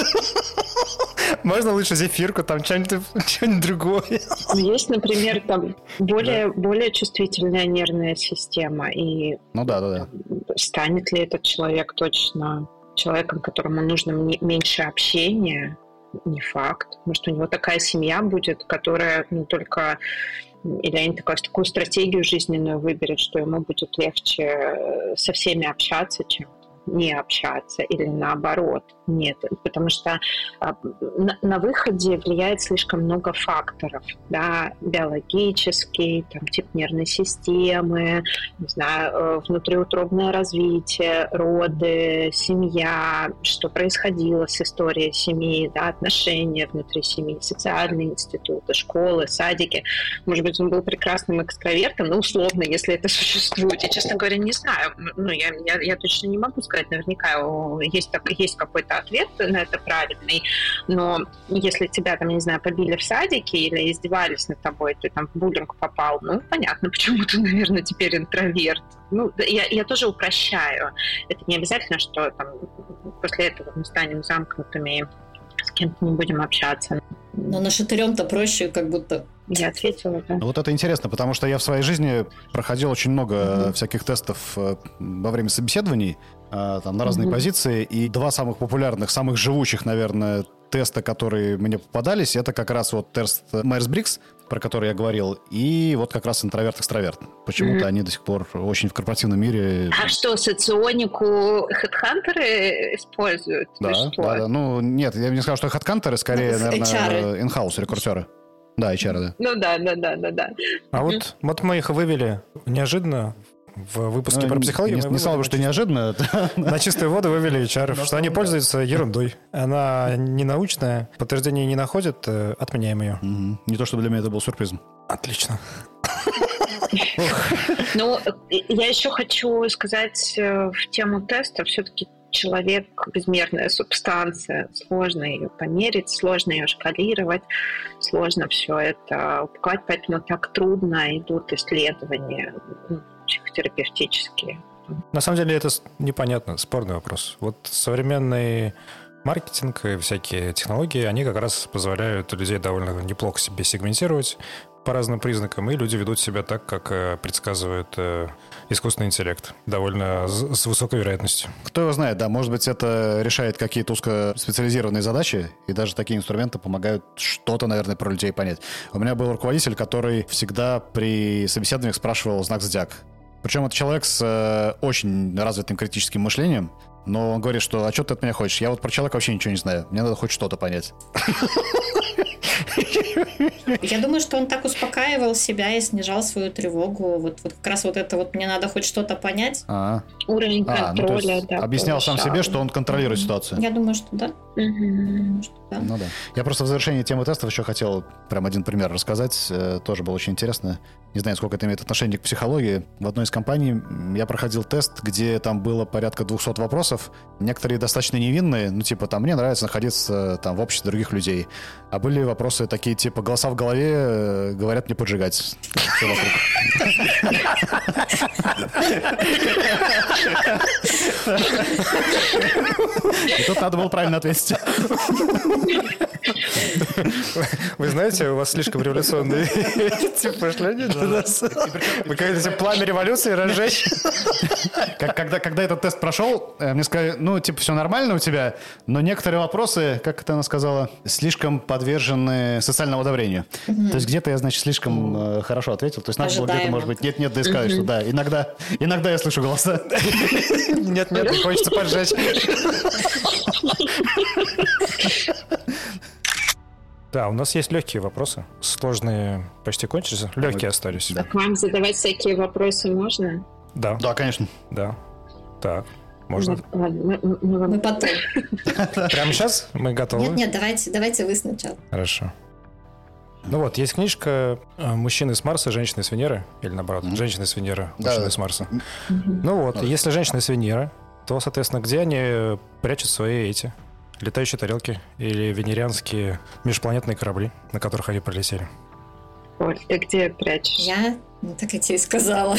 Можно лучше зефирку, там что-нибудь другое. Есть, например, там более, более чувствительная нервная система. И ну да, да, да. Станет ли этот человек точно человеком, которому нужно меньше общения? Не факт. Может, у него такая семья будет, которая не только... Или они такую, такую стратегию жизненную выберет, что ему будет легче со всеми общаться, чем не общаться, или наоборот. Нет, потому что на, на выходе влияет слишком много факторов, да, биологический, там, тип нервной системы, не знаю, внутриутробное развитие, роды, семья, что происходило с историей семьи, да, отношения внутри семьи, социальные институты, школы, садики. Может быть, он был прекрасным экстравертом, но условно, если это существует. Я, честно говоря, не знаю. Ну, я, я, я точно не могу сказать наверняка, есть, так, есть какой-то ответ на это правильный, но если тебя, там, не знаю, побили в садике или издевались над тобой, ты там в буллинг попал, ну, понятно, почему ты, наверное, теперь интроверт. Ну, я, я тоже упрощаю. Это не обязательно, что там, после этого мы станем замкнутыми, с кем-то не будем общаться. Но на шатырем-то проще, как будто... Я ответила, да. Вот это интересно, потому что я в своей жизни проходил очень много mm-hmm. всяких тестов во время собеседований, там, на разные mm-hmm. позиции, и два самых популярных, самых живучих, наверное, теста, которые мне попадались, это как раз вот тест Майерс-Бриггс, про который я говорил, и вот как раз интроверт-экстраверт. Почему-то mm-hmm. они до сих пор очень в корпоративном мире... А что, соционику хедхантеры используют? Да, да, да. Ну, нет, я бы не сказал, что хедхантеры, скорее, ну, наверное, инхаус рекрутеры. Да, эйч ар, да. Ну да, да, да, да, да. А mm-hmm. вот, вот мы их вывели неожиданно в выпуске ну, про психологию. Не, не сказал бы, что неожиданно. На чистую воду вывели эйч ар, что они пользуются ерундой. Она не научная, подтверждения не находят, отменяем ее. Не то, чтобы для меня это был сюрпризом. Отлично. Ну, я еще хочу сказать в тему теста, все-таки человек — безмерная субстанция. Сложно ее померить, сложно ее шкалировать, сложно все это упаковать, поэтому так трудно идут исследования психотерапевтические. На самом деле это непонятно, спорный вопрос. Вот современный маркетинг и всякие технологии, они как раз позволяют людей довольно неплохо себе сегментировать по разным признакам, и люди ведут себя так, как предсказывает э, искусственный интеллект, довольно с, с высокой вероятностью. Кто его знает, да, может быть, это решает какие-то узкоспециализированные задачи, и даже такие инструменты помогают что-то, наверное, про людей понять. У меня был руководитель, который всегда при собеседованиях спрашивал знак зодиака. Причем это человек с э, очень развитым критическим мышлением, но он говорит, что «а что ты от меня хочешь? Я вот про человека вообще ничего не знаю, мне надо хоть что-то понять». Я думаю, что он так успокаивал себя и снижал свою тревогу. Вот, вот как раз вот это вот «мне надо хоть что-то понять». А-а. Уровень контроля, а, ну, да. Объяснял повышал. сам себе, что он контролирует ситуацию. Я думаю, что да. Угу. Что да. Ну да. Я просто в завершении темы тестов еще хотел прям один пример рассказать. Тоже было очень интересно. Не знаю, сколько это имеет отношение к психологии. В одной из компаний я проходил тест, где там было порядка двухсот вопросов. Некоторые достаточно невинные. Ну, типа, там, мне нравится находиться там в обществе других людей. А были вопросы такие, типа, голоса в голове говорят мне поджигать. Все вокруг. И тут надо было правильно ответить. Вы знаете, у вас слишком революционный тип мышления для нас. Вы как-то пламя революции разжечь. Когда, когда этот тест прошел, мне сказали, ну, типа, все нормально у тебя, но некоторые вопросы, как это она сказала, слишком подвержены социальному одобрению. Mm-hmm. То есть где-то я, значит, слишком э, хорошо ответил. То есть надо было где-то, может быть, нет-нет, да и сказать, mm-hmm. что да, иногда, иногда я слышу голоса. Нет-нет, не хочется поджечь. Да, у нас есть легкие вопросы. Сложные почти кончились, легкие остались. Так вам задавать всякие вопросы можно? Да. Да, конечно. Да. Так, можно. Ладно, мы, мы, Мы потом. Прямо сейчас мы готовы? Нет, нет, давайте, давайте вы сначала. Хорошо. Ну вот, есть книжка «Мужчины с Марса, женщины с Венеры». Или наоборот, Мгм. женщины с Венеры, Да. мужчины с Марса. Мгм. Ну вот, Да. если женщины с Венеры, то, соответственно, где они прячут свои эти летающие тарелки или венерианские межпланетные корабли, на которых они пролетели? Оль, ты где прячешь? Я, ну, так я тебе и сказала.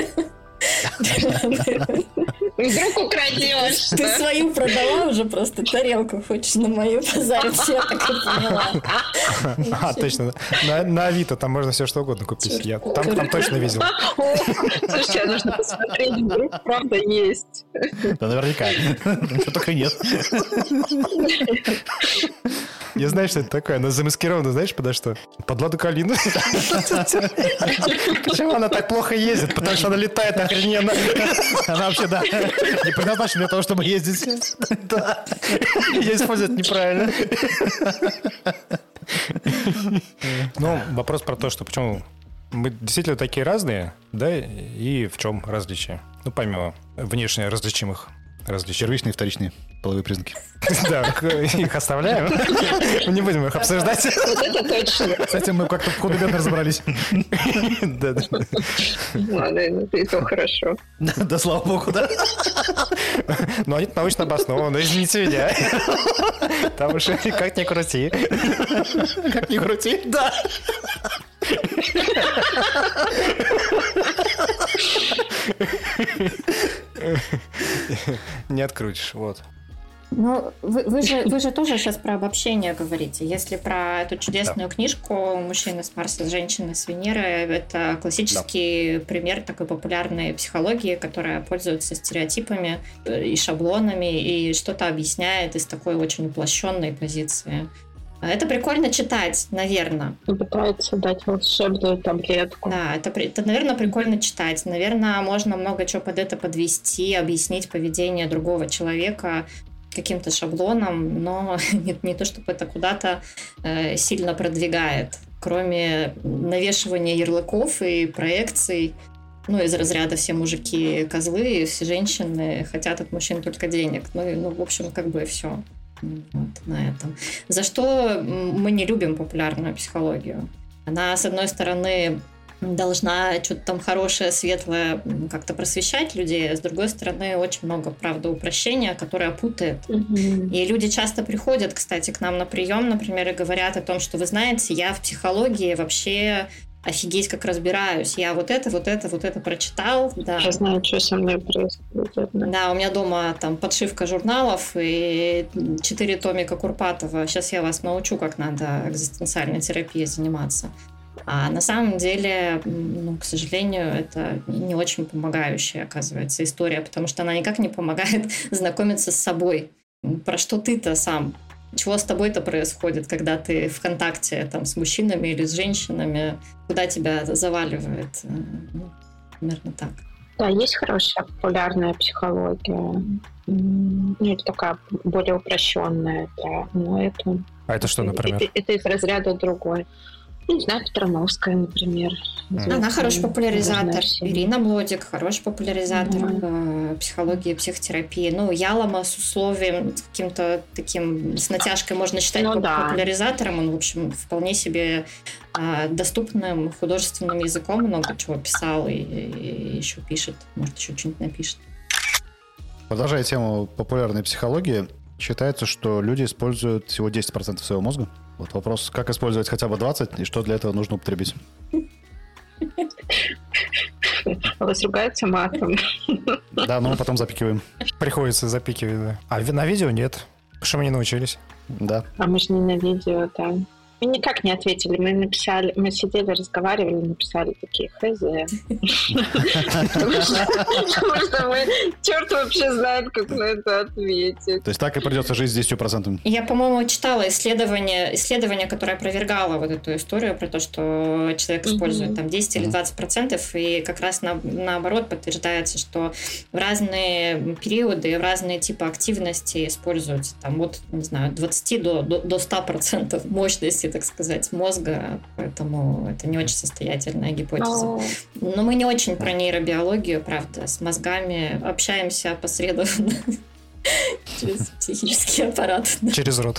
Вдруг украдешь, Ты да? свою продала уже, просто тарелку хочешь на мою позарить, я так и поняла. А, точно. На, на Авито там можно все что угодно купить. Я там, там точно видел. О, слушай, а нужно посмотреть, вдруг правда есть. Да, наверняка. Ничего только нет. Я знаю, что это такое. Она замаскирована, знаешь, подо что? Под Ладу Калину. Почему она так плохо ездит? Потому что она летает охрененно. Она вообще, да, не предназначена для того, чтобы ездить. Да. Ее используют неправильно. Ну, вопрос про то, что почему мы действительно такие разные, да, и в чем различие? Ну, помимо внешне различимых различий. Первичные и вторичные половые признаки. Да, их оставляем. Не будем их обсуждать. Вот это точно. С этим мы как-то худо-бедно разобрались. Да, да. Ладно, ну ты то хорошо. Да, слава богу, да. Но они научно обоснованы, извините меня. Там уж как ни крути. Как ни крути. Да. Не открутишь, вот. Ну, вы, вы, же, вы же тоже сейчас про обобщение говорите. Если про эту чудесную книжку «Мужчины с Марса, женщины с Венеры», это классический пример такой популярной психологии, которая пользуется стереотипами и шаблонами и что-то объясняет из такой очень уплощенной позиции. Это прикольно читать, наверное. Пытается дать волшебную таблетку. Да, это, это, наверное, прикольно читать. Наверное, можно много чего под это подвести, объяснить поведение другого человека каким-то шаблоном, но не, не то, чтобы это куда-то э, сильно продвигает. Кроме навешивания ярлыков и проекций, ну, из разряда все мужики козлы, все женщины хотят от мужчин только денег. Ну, и, ну в общем, как бы все. Вот на этом. За что мы не любим популярную психологию? Она, с одной стороны, должна что-то там хорошее, светлое как-то просвещать людей, а с другой стороны, очень много, правда, упрощения, которое путает. Мгм. И люди часто приходят, кстати, к нам на прием, например, и говорят о том, что, вы знаете, я в психологии вообще офигеть как разбираюсь. Я вот это, вот это, вот это прочитал. Да. Я знаю, что со мной происходит. Да. Да, у меня дома там подшивка журналов и четыре томика Курпатова. Сейчас я вас научу, как надо экзистенциальной терапией заниматься. А на самом деле, ну, к сожалению, это не очень помогающая, оказывается, история, потому что она никак не помогает знакомиться с собой. Про что ты-то сам? Чего с тобой-то происходит, когда ты в контакте там, с мужчинами или с женщинами? Куда тебя заваливает? Ну, примерно так. Да, есть хорошая популярная психология. М, Ну, это такая более упрощенная, да. Но это, А это что, например? это, это из разряда другой. Не знаю, Петроновская, например. Она хороший популяризатор. Наверное, все. Ирина Млодик хороший популяризатор Да. э, психологии, психотерапии. Ну, Ялома с условием, с каким-то таким, с натяжкой можно считать Ну поп- да. популяризатором. Он, в общем, вполне себе э, доступным художественным языком много чего писал и, и еще пишет. Может, еще что-нибудь напишет. Продолжая тему популярной психологии, считается, что люди используют всего десять процентов своего мозга. Вот вопрос, как использовать хотя бы двадцать процентов и что для этого нужно употребить? Вас ругаются матом. Да, но мы потом запикиваем. Приходится запикивать, да. А ви- на видео нет. Что мы не научились? Да. А мы же не на видео, да. Мы никак не ответили. Мы написали, мы сидели, разговаривали, написали такие хз. Потому что мы, черт вообще знает, как на это ответить. То есть так и придется жить с десятью процентами. Я, по-моему, читала исследование, исследование, которое опровергало вот эту историю про то, что человек использует Мгм. там десять или двадцать процентов, и как раз на, наоборот подтверждается, что в разные периоды, в разные типы активности используется там от, не знаю, двадцати до, до, до ста процентов мощности области, так сказать, мозга, поэтому это не очень состоятельная гипотеза. Но мы не очень про нейробиологию, правда, с мозгами общаемся опосредованно через психический аппарат. Через рот.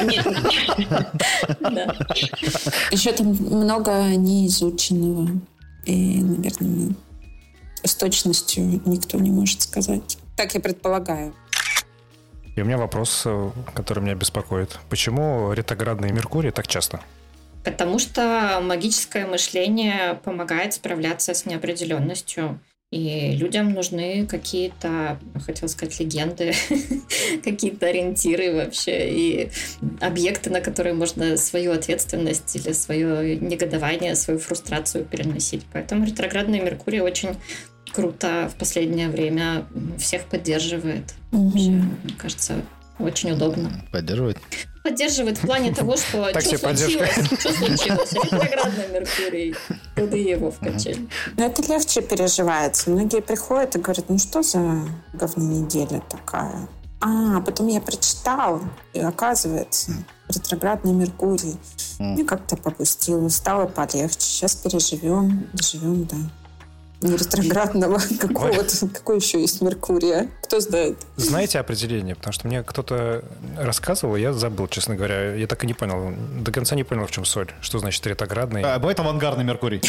Еще там много неизученного. И, наверное, с точностью никто не может сказать. Так я предполагаю. И у меня вопрос, который меня беспокоит. Почему ретроградный Меркурий так часто? Потому что магическое мышление помогает справляться с неопределенностью. И людям нужны какие-то, хотел сказать, легенды, какие-то ориентиры вообще, и объекты, на которые можно свою ответственность или свое негодование, свою фрустрацию переносить. Поэтому ретроградный Меркурий очень круто в последнее время всех поддерживает. Вообще, мне кажется, очень удобно. Поддерживает? Поддерживает в плане того, что Так что себе случилось? Что случилось? Ретроградный Меркурий. Куда его в качель? Но это легче переживается. Многие приходят и говорят, ну что за говнонеделя такая? А, потом я прочитал, и оказывается, ретроградный Меркурий. Мне как-то попустило, стало полегче. Сейчас переживем, доживем, да. Не ретроградного какого-то. Какой еще есть Меркурия? Кто знает? Знаете определение? Потому что мне кто-то рассказывал, я забыл, честно говоря. Я так и не понял. До конца не понял, в чем соль. Что значит ретроградный? А бывает авангардный Меркурий.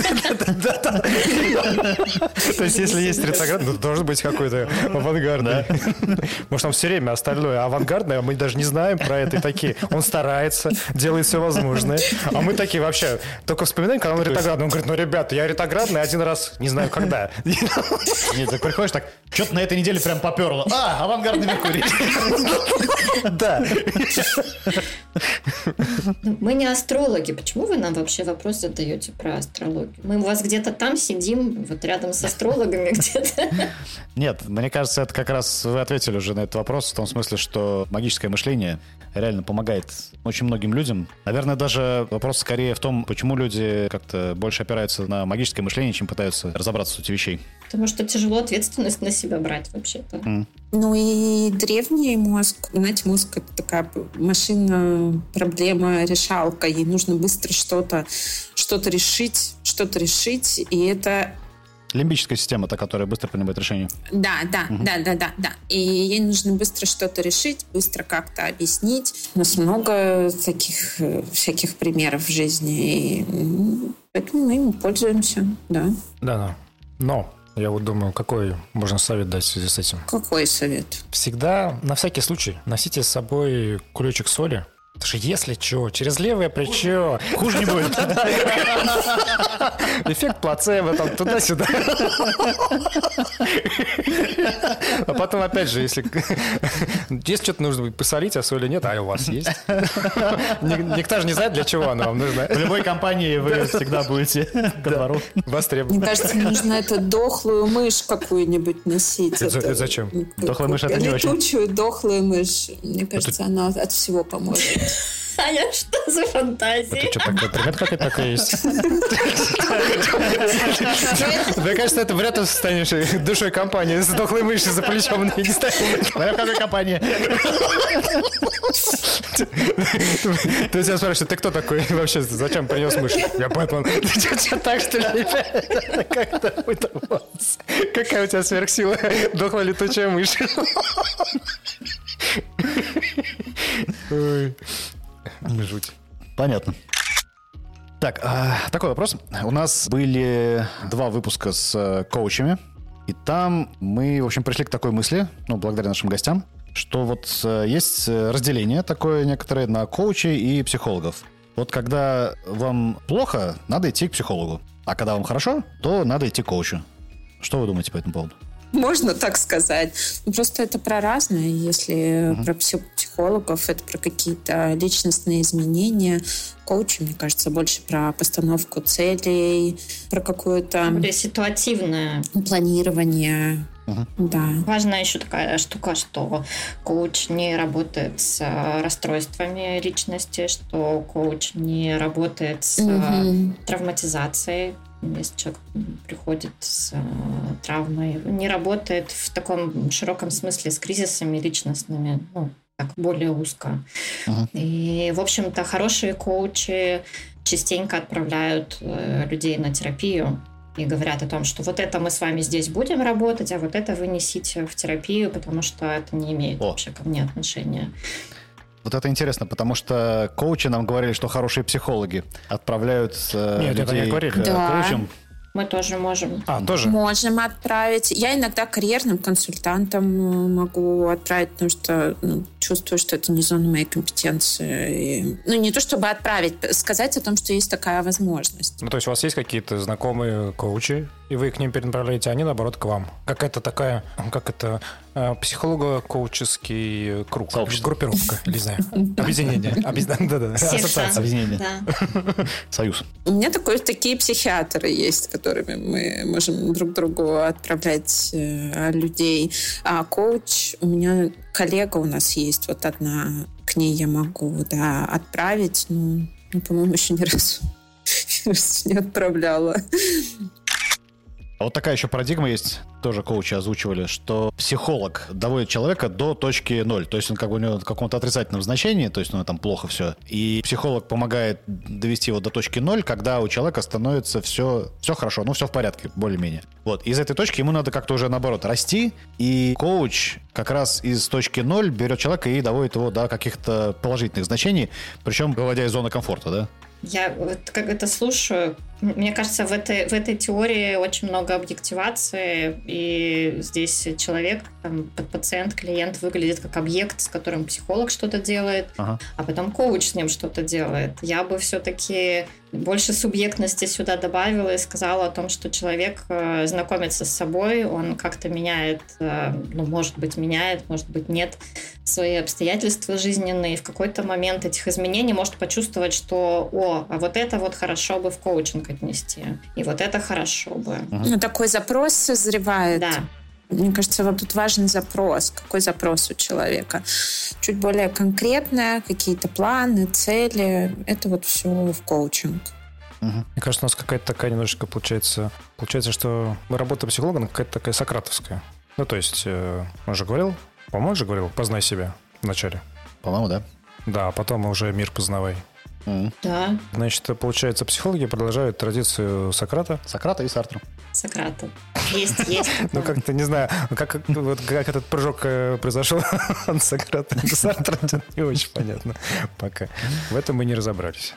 То есть, если есть ретроградный, то должен быть какой-то авангардный. Может, там все время остальное авангардное, а мы даже не знаем про это. И такие, он старается, делает все возможное. А мы такие вообще только вспоминаем, когда он ретроградный. Он говорит, ну, ребята, я ретроградный один раз, не знаю когда. Нет, так приходишь так, что-то на этой неделе прям поперло. А, авангардный Меркурий. Да. Мы не астрологи. Почему вы нам вообще вопрос задаете про астрологию? Мы у вас где-то там сидим, вот рядом с астрологами где-то. Нет, мне кажется, это как раз вы ответили уже на этот вопрос в том смысле, что магическое мышление реально помогает очень многим людям. Наверное, даже вопрос скорее в том, почему люди как-то больше опираются на магическое мышление, чем пытаются разобраться в сути вещей. Потому что тяжело ответственность на себя брать вообще-то. Mm. Ну и древний мозг, знаете, мозг — это такая машина, проблема, решалка. Ей нужно быстро что-то, что-то решить, что-то решить, и это... Лимбическая система, та, которая быстро принимает решения. Да, да, Угу. да, да, да, да. И ей нужно быстро что-то решить, быстро как-то объяснить. У нас много таких всяких примеров в жизни, и поэтому мы им пользуемся, да. Да, да. Но я вот думаю, какой можно совет дать в связи с этим? Какой совет? Всегда, на всякий случай, носите с собой кулечек соли. Потому что если что, через левое плечо хуже не будет. Эффект плацебо, там туда-сюда. А потом, опять же, если есть что-то нужно будет посолить, а соли нет, а у вас есть. Никто же не знает, для чего она вам нужна. В любой компании вы всегда будете ко двору. Востребованы. Мне кажется, нужно эту дохлую мышь какую-нибудь носить. Это, это зачем? Дохлая мышь — это не очень. Летучую дохлую мышь. Мне кажется, она от всего поможет. А я что за фантазии? Это что, такая примета какая-то такая есть? Мне кажется, это вряд ли станешь душой компании с дохлой мышью за плечом. Не станешь. Смотря в какой компании. Ты у тебя спрашиваешь, ты кто такой вообще? Зачем принес мышь? Я Бэтмен. Ты что, так что ли? Как-то выдаваться. Какая у тебя сверхсила? Дохлая летучая мышь. Ой. Жуть. Понятно. Так, а, такой вопрос. У нас были два выпуска с э, коучами, и там мы, в общем, пришли к такой мысли, ну, благодаря нашим гостям, что вот э, есть разделение такое некоторое на коучей и психологов. Вот когда вам плохо, надо идти к психологу, а когда вам хорошо, то надо идти к коучу. Что вы думаете по этому поводу? Можно так сказать. Ну, просто это про разное. Если uh-huh. про психологов, это про какие-то личностные изменения. Коучи, мне кажется, больше про постановку целей, про какое-то... Более ситуативное. Планирование. Uh-huh. Да. Важная еще такая штука, что коуч не работает с расстройствами личности, что коуч не работает с uh-huh. травматизацией. Если человек приходит с э, травмой, не работает в таком широком смысле с кризисами личностными, ну, так более узко. Uh-huh. И, в общем-то, хорошие коучи частенько отправляют э, людей на терапию и говорят о том, что вот это мы с вами здесь будем работать, а вот это вы несите в терапию, потому что это не имеет О. вообще ко мне отношения. Вот это интересно, потому что коучи нам говорили, что хорошие психологи отправляют э, Нет, людей это не говорили. к Да. коучам. Мы тоже можем. А, тоже? Можем отправить. Я иногда карьерным консультантам могу отправить, потому что ну, чувствую, что это не зона моей компетенции. И, ну, не то чтобы отправить, сказать о том, что есть такая возможность. Ну, то есть у вас есть какие-то знакомые коучи, и вы к ним перенаправляете, а они, наоборот, к вам. Какая-то такая, как это, психолого-коуческий круг. Сообщество. Группировка, не знаю. Объединение. Да-да. Ассоциация. Объединение. Да. Союз. У меня такой, такие психиатры есть, которыми мы можем друг другу отправлять э, людей. А коуч, у меня коллега у нас есть, вот одна, к ней я могу, да, отправить, но, ну, по-моему, еще ни разу, ни разу не отправляла. А вот такая еще парадигма есть, тоже коучи озвучивали, что психолог доводит человека до точки ноль. То есть он как бы у него в каком-то отрицательном значении, то есть у него там плохо все. И психолог помогает довести его до точки ноль, когда у человека становится все, все хорошо, ну все в порядке, более-менее. Вот. Из этой точки ему надо как-то уже наоборот расти. И коуч как раз из точки ноль берет человека и доводит его до каких-то положительных значений, причем выводя из зоны комфорта, да? Я вот как это слушаю, мне кажется, в этой, в этой теории очень много объективации, и здесь человек, там, пациент, клиент выглядит как объект, с которым психолог что-то делает, ага. а потом коуч с ним что-то делает. Я бы все-таки больше субъектности сюда добавила и сказала о том, что человек знакомится с собой, он как-то меняет, ну, может быть, меняет, может быть, нет, свои обстоятельства жизненные, и в какой-то момент этих изменений может почувствовать, что, о, а вот это вот хорошо бы в коучинг отнести, и вот это хорошо бы. Ну, такой запрос созревает. Да. Мне кажется, вот тут важен запрос. Какой запрос у человека? Чуть более конкретное, какие-то планы, цели. Это вот все в коучинг. Угу. Мне кажется, у нас какая-то такая немножечко получается... Получается, что работа психолога, она какая-то такая сократовская. Ну, то есть, он же говорил, по-моему, же говорил, познай себя вначале. По-моему, да. Да, а потом уже мир познавай. Mm. Да. Значит, получается, психологи продолжают традицию Сократа. Сократа и Сартра. Сократа. Есть, есть. Ну, как-то, не знаю, как, вот, как этот прыжок произошел от Сократа до Сартра, не очень понятно пока. В этом мы не разобрались.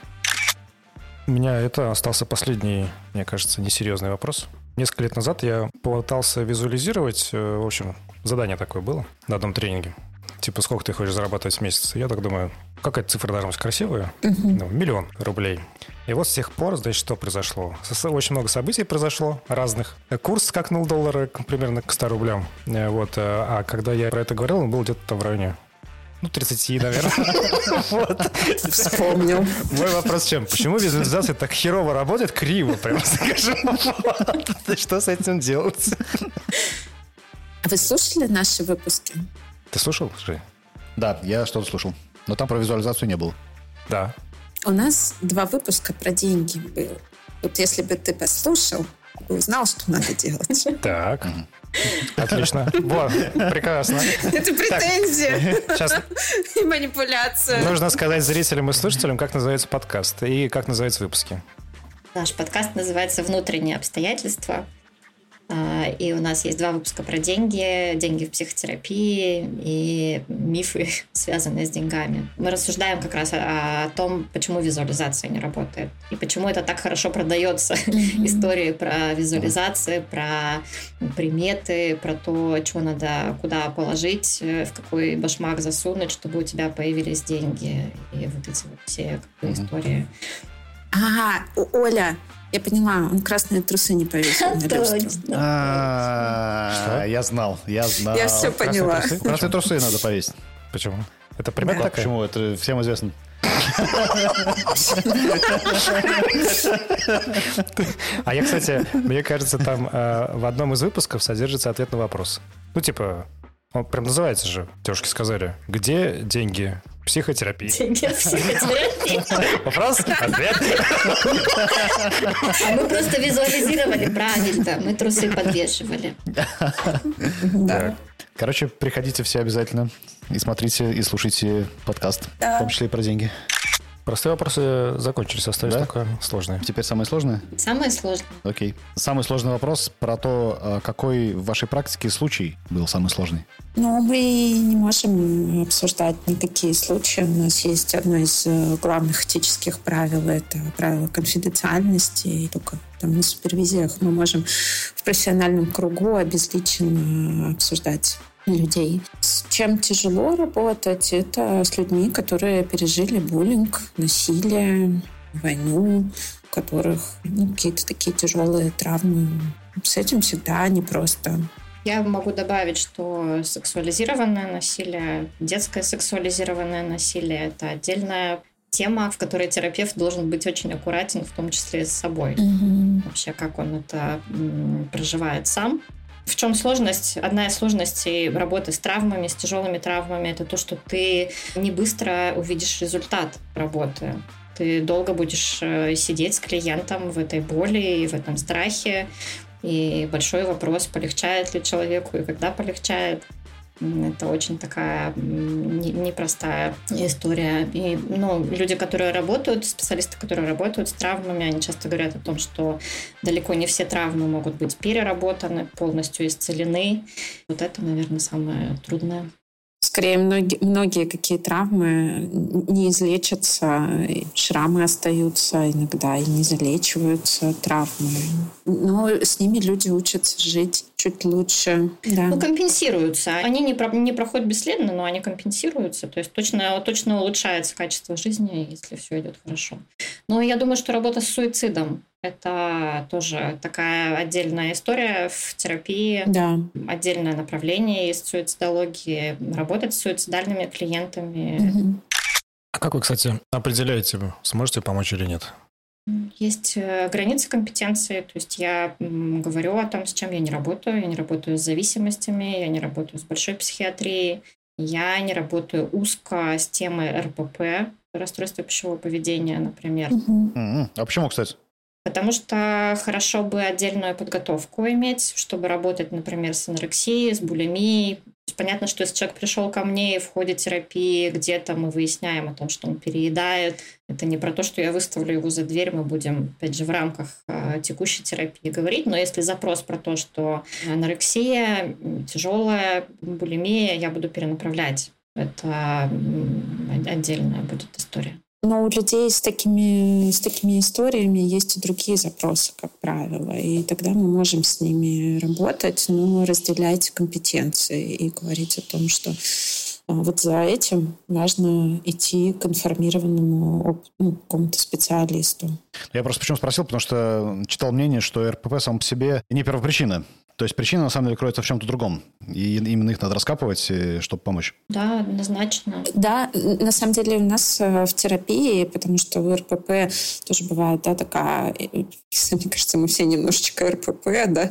У меня это остался последний, мне кажется, несерьезный вопрос. Несколько лет назад я попытался визуализировать, в общем, задание такое было на одном тренинге. Типа, сколько ты хочешь зарабатывать в месяц? Я так думаю, какая-то цифра должна быть красивая. Uh-huh. Ну, миллион рублей. И вот с тех пор, значит, что произошло? Очень много событий произошло разных. Курс скакнул доллара примерно к ста рублям. Вот. А когда я про это говорил, он был где-то там в районе, ну, тридцать, наверное. Вспомнил. Мой вопрос в чем? Почему визуализация так херово работает? Криво, прямо скажем. Что с этим делать? А вы слушали наши выпуски? Ты слушал, Жень? Да, я что-то слушал. Но там про визуализацию не было. Да. У нас два выпуска про деньги было. Вот если бы ты послушал, ты узнал, что надо делать. Так. Отлично. Вот, прекрасно. Это претензия. Так, сейчас и манипуляция. нужно сказать зрителям и слушателям, как называется подкаст и как называются выпуски. Наш подкаст называется «Внутренние обстоятельства». И у нас есть два выпуска про деньги, деньги в психотерапии и мифы, связанные с деньгами. Мы рассуждаем как раз о, о том, почему визуализация не работает и почему это так хорошо продается. Mm-hmm. Истории про визуализации, про приметы, про то, что надо куда положить, в какой башмак засунуть, чтобы у тебя появились деньги. И вот эти вот все как бы, mm-hmm. истории. А, Оля... Я поняла, он красные трусы не повесил на люстру. Я знал, я знал. Я все поняла. Красные трусы надо повесить. Почему? Это примета такая? Почему? Это всем известно. А я, кстати, мне кажется, там в одном из выпусков содержится ответ на вопрос. Ну, типа, он прям называется же, девушки сказали, где деньги психотерапии? Деньги психотерапии. Вопрос, ответ. А мы просто визуализировали правильно. Мы трусы подвешивали. Да. Короче, приходите все обязательно и смотрите, и слушайте подкаст, Да. в том числе и про деньги. Простые вопросы закончились, остались Да? только сложные. Теперь самое сложное? Самое сложное. Окей. Самый сложный вопрос про то, какой в вашей практике случай был самый сложный. Но мы не можем обсуждать никакие случаи. У нас есть одно из главных этических правил. Это правило конфиденциальности. И только там на супервизиях мы можем в профессиональном кругу обезличенно обсуждать людей. С чем тяжело работать, это с людьми, которые пережили буллинг, насилие, войну, у которых ну, какие-то такие тяжелые травмы. С этим всегда непросто. Я могу добавить, что сексуализированное насилие, детское сексуализированное насилие – это отдельная тема, в которой терапевт должен быть очень аккуратен, в том числе и с собой. Mm-hmm. Вообще, как он это м, проживает сам. В чем сложность? Одна из сложностей работы с травмами, с тяжелыми травмами, это то, что ты не быстро увидишь результат работы. Ты долго будешь сидеть с клиентом в этой боли и в этом страхе. И большой вопрос, полегчает ли человеку и когда полегчает. Это очень такая непростая история. И, ну, люди, которые работают, специалисты, которые работают с травмами, они часто говорят о том, что далеко не все травмы могут быть переработаны, полностью исцелены. Вот это, наверное, самое трудное. Скорее, многие, многие какие травмы не излечатся, и шрамы остаются иногда, и не залечиваются травмы. Но с ними люди учатся жить чуть лучше. Да. Ну, компенсируются. Они не, про, не проходят бесследно, но они компенсируются. То есть точно, точно улучшается качество жизни, если все идет хорошо. Но я думаю, что работа с суицидом – это тоже такая отдельная история в терапии, да. Отдельное направление из суицидологии, работать с суицидальными клиентами. Угу. А как вы, кстати, определяете, сможете помочь или нет? Есть границы компетенции, то есть я говорю о том, с чем я не работаю. Я не работаю с зависимостями, я не работаю с большой психиатрией, я не работаю узко с темой эр пэ пэ, расстройство пищевого поведения, например. Угу. Mm-hmm. А почему, кстати? Потому что хорошо бы отдельную подготовку иметь, чтобы работать, например, с анорексией, с булимией. Понятно, что если человек пришел ко мне и в ходе терапии где-то мы выясняем о том, что он переедает, это не про то, что я выставлю его за дверь, мы будем, опять же, в рамках э, текущей терапии говорить, но если запрос про то, что анорексия, тяжелая булимия, я буду перенаправлять. Это отдельная будет история. Но у людей с такими, с такими историями есть и другие запросы, как правило. И тогда мы можем с ними работать, но разделять компетенции и говорить о том, что вот за этим важно идти к информированному ну, какому-то специалисту. Я просто почему спросил, потому что читал мнение, что эр пэ пэ сам по себе не первопричина. То есть причина, на самом деле, кроется в чем-то другом. И именно их надо раскапывать, чтобы помочь. Да, однозначно. Да, на самом деле у нас в терапии, потому что у эр пэ пэ тоже бывает, да, такая... Мне кажется, мы все немножечко эр пэ пэ, да,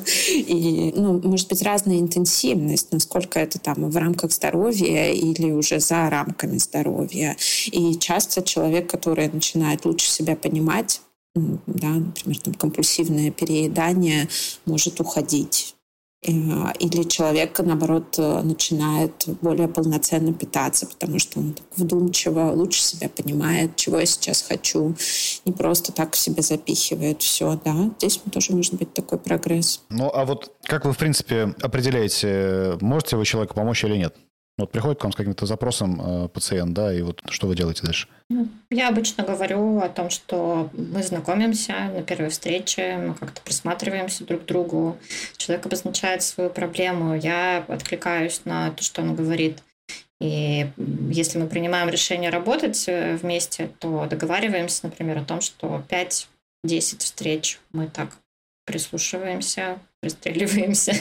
и, ну, может быть, разная интенсивность, насколько это там в рамках здоровья или уже за рамками здоровья. И часто человек, который начинает лучше себя понимать, да, например, там, компульсивное переедание может уходить. Или человек, наоборот, начинает более полноценно питаться, потому что он так вдумчиво, лучше себя понимает, чего я сейчас хочу, не просто так в себя запихивает все. Да, здесь тоже может быть такой прогресс. Ну, а вот как вы, в принципе, определяете, можете вы человеку помочь или нет? Вот приходит к вам с каким-то запросом э, пациент, да, и вот что вы делаете дальше? Я обычно говорю о том, что мы знакомимся на первой встрече, мы как-то присматриваемся друг к другу, человек обозначает свою проблему, я откликаюсь на то, что он говорит. И если мы принимаем решение работать вместе, то договариваемся, например, о том, что пять-десять встреч мы так прислушиваемся, пристреливаемся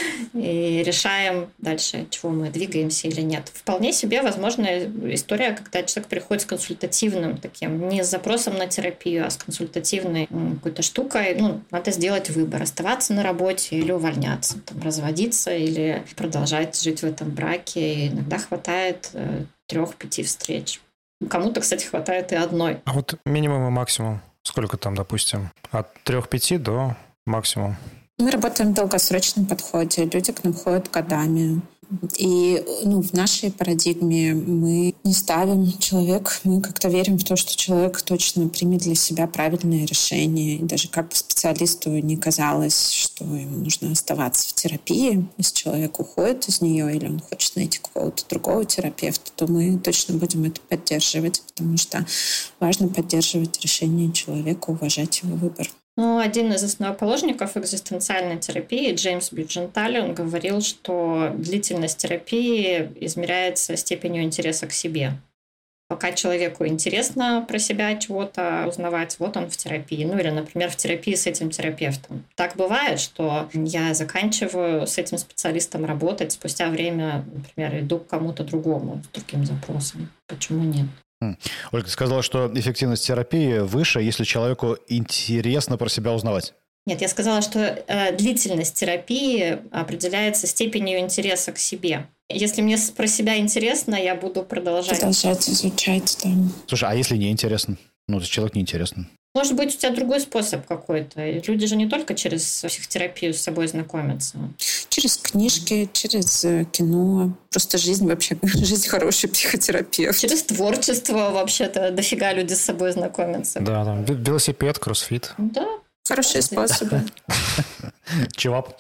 и решаем дальше, чего мы двигаемся или нет. Вполне себе возможная история, когда человек приходит с консультативным таким, не с запросом на терапию, а с консультативной какой-то штукой. Ну, надо сделать выбор, оставаться на работе или увольняться, там, разводиться или продолжать жить в этом браке. И иногда хватает э, трех-пяти встреч. Кому-то, кстати, хватает и одной. А вот минимум и максимум? Сколько там, допустим, от трех-пяти до максимум? Мы работаем в долгосрочном подходе. Люди к нам ходят годами. И ну, в нашей парадигме мы не ставим человек, мы как-то верим в то, что человек точно примет для себя правильное решение. И даже как бы специалисту не казалось, что ему нужно оставаться в терапии, если человек уходит из нее или он хочет найти какого-то другого терапевта, то мы точно будем это поддерживать, потому что важно поддерживать решение человека, уважать его выбор. Ну, один из основоположников экзистенциальной терапии, Джеймс Бидженталь, он говорил, что длительность терапии измеряется степенью интереса к себе. Пока человеку интересно про себя чего-то узнавать, вот он в терапии. Ну, или, например, в терапии с этим терапевтом. Так бывает, что я заканчиваю с этим специалистом работать, спустя время, например, иду к кому-то другому с другим запросом. Почему нет? Ольга сказала, что эффективность терапии выше, если человеку интересно про себя узнавать. Нет, я сказала, что э, длительность терапии определяется степенью интереса к себе. Если мне про себя интересно, я буду продолжать. Продолжать изучать, да. Слушай, а если не интересно? Ну, то человек не интересен. Может быть, у тебя другой способ какой-то. Люди же не только через психотерапию с собой знакомятся. Через книжки, через кино. Просто жизнь вообще, жизнь хороший психотерапевт. Через творчество вообще-то дофига люди с собой знакомятся. Да, там велосипед, кроссфит. Да. Хорошие способы. Чевап.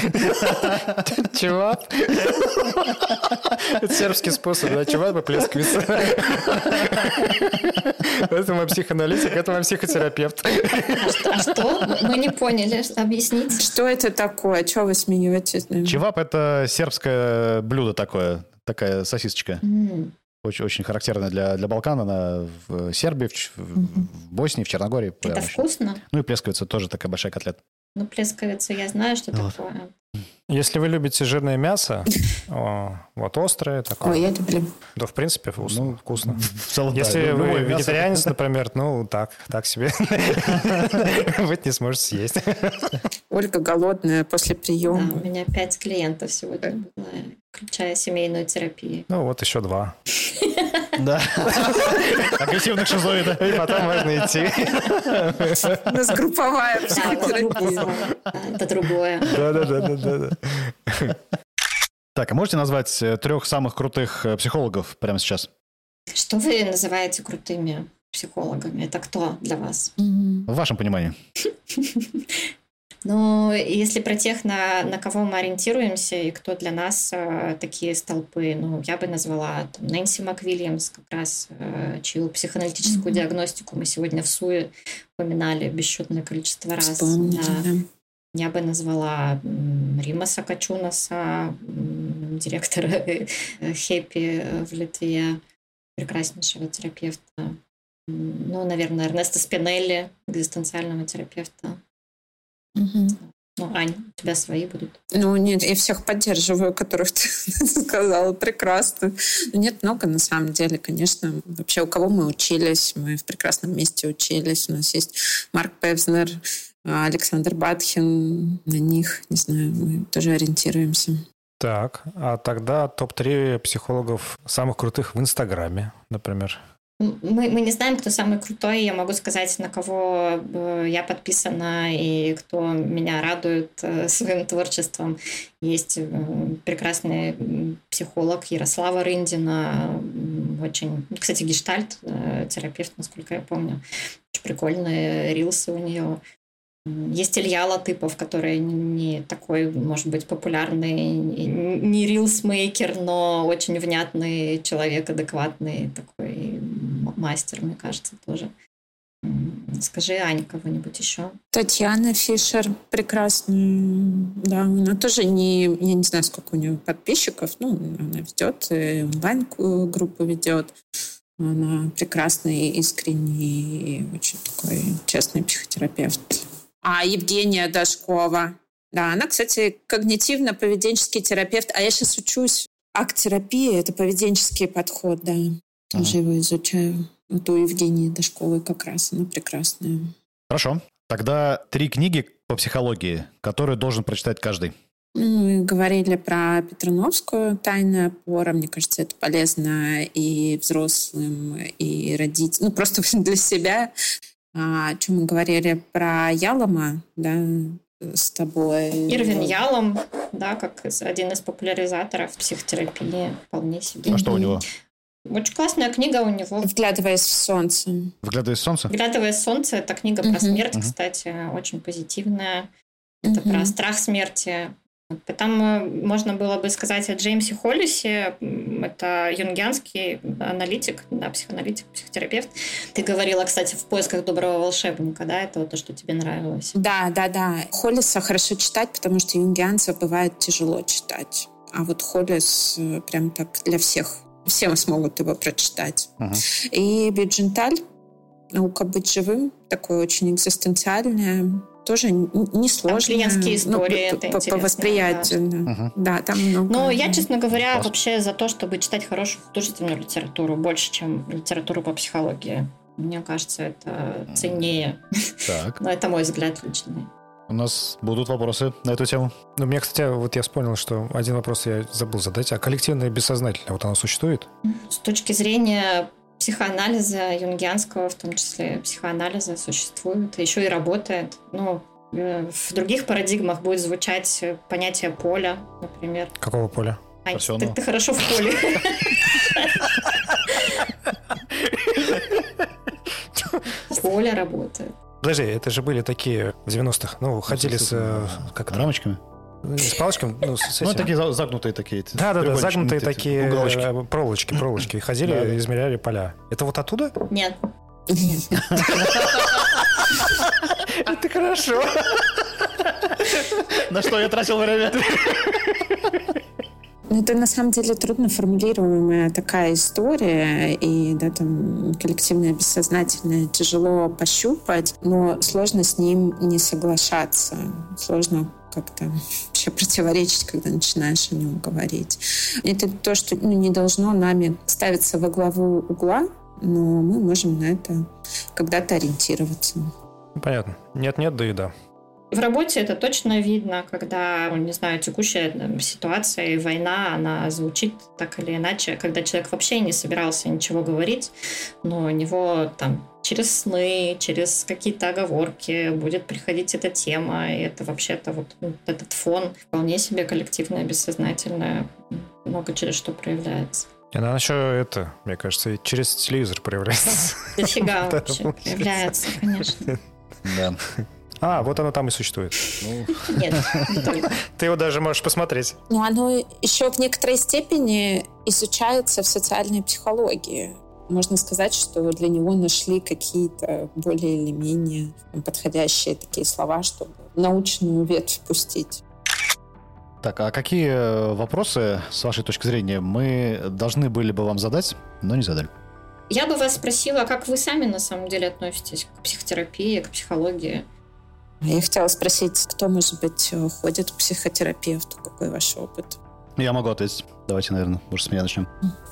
Чевап? Это сербский способ, да? Чевап и плесквица. Это мой психоаналитик, это мой психотерапевт. А что? Мы не поняли. Объясните. Что это такое? Чего вы смеетесь? Чевап – это сербское блюдо такое, такая сосисочка. Очень, очень характерная для, для Балкана. Она в Сербии, в, в, в Боснии, в Черногории. Это вкусно? Ну и плесковица тоже такая большая котлета. Ну, плесковица, я знаю, что вот. такое. Если вы любите жирное мясо, о, вот острое такое. Ой, я люблю. Да, в принципе, вкусно. Ну, вкусно. В целом, Если да, вы мясо. вегетарианец, например, ну, так, так себе. Вы не сможете съесть. Ольга голодная после приема. Да, у меня пять клиентов сегодня было, включая семейную терапию. Ну, вот еще два. Да. Агрессивных шизоида. И потом можно идти. У нас групповая психотерапия. Это другое. Да-да-да-да-да. Так, а можете назвать трех самых крутых психологов прямо сейчас? Что вы называете крутыми психологами? Это кто для вас? В вашем понимании. Ну, если про тех, на, на кого мы ориентируемся и кто для нас э, такие столпы, ну, я бы назвала там, Нэнси МакВильямс, как раз, э, чью психоаналитическую mm-hmm. диагностику мы сегодня в СУЕ упоминали бесчетное количество раз. Вспомните, да. да. Я бы назвала Римаса Качунаса, директора Хэппи в Литве, прекраснейшего терапевта. Ну, наверное, Эрнеста Спинелли, экзистенциального терапевта. Угу. Ну, Ань, у тебя свои будут. Ну, нет, я всех поддерживаю, которых ты сказала. Прекрасно. Нет, много на самом деле, конечно. Вообще, у кого мы учились? Мы в прекрасном месте учились. У нас есть Марк Певзнер, Александр Батхин. На них, не знаю, мы тоже ориентируемся. Так, а тогда топ-три психологов самых крутых в Инстаграме, например. Мы, мы не знаем, кто самый крутой. Я могу сказать, на кого я подписана и кто меня радует своим творчеством. Есть прекрасный психолог Ярослава Рындина. Очень, кстати, гештальт-терапевт, насколько я помню. Очень прикольные рилсы у нее. Есть Илья Латыпов, который не такой, может быть, популярный, не рилсмейкер, но очень внятный человек, адекватный, такой мастер, мне кажется, тоже. Скажи, Ань, кого-нибудь еще? Татьяна Фишер прекрасная. Да, она тоже не... Я не знаю, сколько у нее подписчиков. Ну, она ведет, онлайн-группу ведет. Она прекрасный, искренний и очень такой честный психотерапевт. А Евгения Дашкова. Да, она, кстати, когнитивно-поведенческий терапевт. А я сейчас учусь. Акт-терапия — это поведенческий подход, да. Тоже ага. его изучаю. Вот у Евгении Дашковой как раз. Она прекрасная. Хорошо. Тогда три книги по психологии, которые должен прочитать каждый. Мы говорили про Петрановскую «Тайная опора». Мне кажется, это полезно и взрослым, и родителям. Ну, просто для себя. А, о чем мы говорили про Ялома, да, с тобой. Ирвин Ялом, да, как один из популяризаторов психотерапии, вполне себе. А что у него? Очень классная книга у него. «Вглядываясь в солнце». «Вглядываясь в солнце»? «Вглядываясь в солнце» — это книга про Мгм. смерть, Мгм. кстати, очень позитивная. Это Мгм. про страх смерти. Там э, можно было бы сказать о Джеймсе Холлисе. М, Это юнгианский аналитик, да, психоаналитик, психотерапевт. Ты говорила, кстати, в «Поисках доброго волшебника», да, это вот то, что тебе нравилось. Да, да, да. Холлиса хорошо читать, потому что юнгианцев бывает тяжело читать. А вот Холлис э, прям так для всех. Всем смогут его прочитать. Мгм. И Бидженталь, «Наука быть живым», такое очень экзистенциальное, тоже н- несложное. клиентские ну, истории, по- это по, по интересно, восприятию. Да. Мгм. Да, там много. Но я, честно говоря, Класс. вообще за то, чтобы читать хорошую художественную литературу, больше, чем литературу по психологии. Мне кажется, это ценнее. Так, Но это мой взгляд личный. у нас будут вопросы на эту тему. Ну, мне, кстати, вот я вспомнил, что один вопрос я забыл задать. А коллективное бессознательное, вот оно существует? С точки зрения психоанализа, юнгианского, в том числе психоанализа, существует, еще и работает. Ну, э, в других парадигмах будет звучать понятие поля, например. Какого поля? Ань, ты, Парфенова. ты хорошо в поле. Поле работает. Подожди, это же были такие в девяностых, ну, ходили с... э, Как это? Рамочками? С палочками? Ну, с Ну, этим. такие за- загнутые такие. эти, Да-да-да, треугольнички, загнутые эти, такие уголочки. э, проволочки, проволочки. Ходили, Да, да. измеряли поля. Это вот оттуда? Нет. Это хорошо. На что я тратил время? Ну, это на самом деле трудно формулируемая такая история, и да, там коллективное бессознательное тяжело пощупать, но сложно с ним не соглашаться, сложно как-то вообще противоречить, когда начинаешь о нем говорить. Это то, что ну, не должно нами ставиться во главу угла, но мы можем на это когда-то ориентироваться. Понятно. Нет-нет, да и да. В работе это точно видно, когда, не знаю, текущая там, ситуация и война, она звучит так или иначе, когда человек вообще не собирался ничего говорить, но у него там через сны, через какие-то оговорки будет приходить эта тема, и это вообще-то вот ну, этот фон вполне себе коллективное, бессознательное, много через что проявляется. Она еще это, мне кажется, и через телевизор проявляется. Дофига Да, вообще получается. проявляется, конечно. Да. А, вот оно там и существует. Нет, не только. Ты его даже можешь посмотреть. Но оно еще в некоторой степени изучается в социальной психологии. Можно сказать, что для него нашли какие-то более или менее подходящие такие слова, чтобы научную ветвь пустить. Так, а какие вопросы, с вашей точки зрения, мы должны были бы вам задать, но не задали? Я бы вас спросила, как вы сами на самом деле относитесь к психотерапии, к психологии? Я хотела спросить, кто, может быть, ходит к психотерапевту? Какой ваш опыт? Я могу ответить. Давайте, наверное, может, с меня начнем.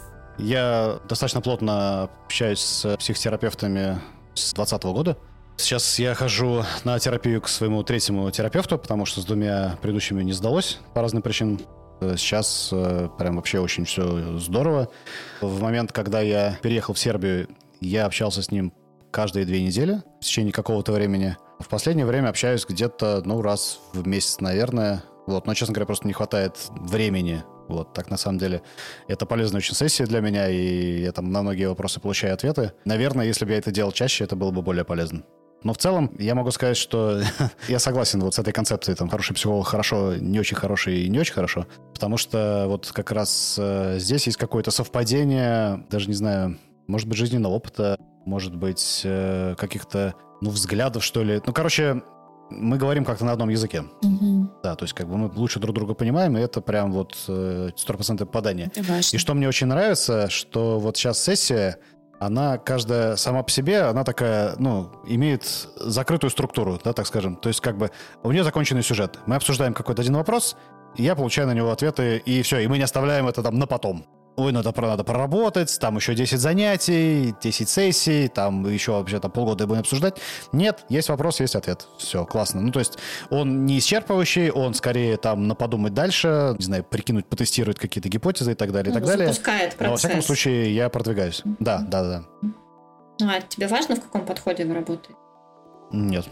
Я достаточно плотно общаюсь с психотерапевтами с двадцатого года. Сейчас я хожу на терапию к своему третьему терапевту, потому что с двумя предыдущими не сдалось по разным причинам. Сейчас э, прям вообще очень все здорово. В момент, когда я переехал в Сербию, я общался с ним каждые две недели в течение какого-то времени. В последнее время общаюсь где-то, ну, раз в месяц, наверное. Вот. Но, честно говоря, просто не хватает времени. Вот. Так, на самом деле, это полезная очень сессия для меня, и я там на многие вопросы получаю ответы. Наверное, если бы я это делал чаще, это было бы более полезно. Но в целом я могу сказать, что я согласен вот с этой концепцией, там, хороший психолог хорошо, не очень хороший и не очень хорошо, потому что вот как раз э, здесь есть какое-то совпадение, даже не знаю, может быть, жизненного опыта, может быть, э, каких-то, ну, взглядов, что ли. Ну, короче, мы говорим как-то на одном языке. Угу. Да, то есть как бы мы лучше друг друга понимаем, и это прям вот э, сто процентов попадание. Это важно. И что мне очень нравится, что вот сейчас сессия, она каждая сама по себе, она такая, ну, имеет закрытую структуру, да, так скажем. То есть как бы у нее законченный сюжет. Мы обсуждаем какой-то один вопрос, и я получаю на него ответы, и все, и мы не оставляем это там на потом. Ой, ну это надо проработать, там еще десять занятий, десять сессий, там еще вообще там полгода будем обсуждать. Нет, есть вопрос, есть ответ. Все, классно. Ну, то есть он не исчерпывающий, он скорее там на подумать дальше, не знаю, прикинуть, потестировать какие-то гипотезы и так далее, и Ну, так далее. запускает процесс. Но во всяком случае я продвигаюсь. Да, да, да. Ну, а тебе важно, в каком подходе вы работаете? Нет.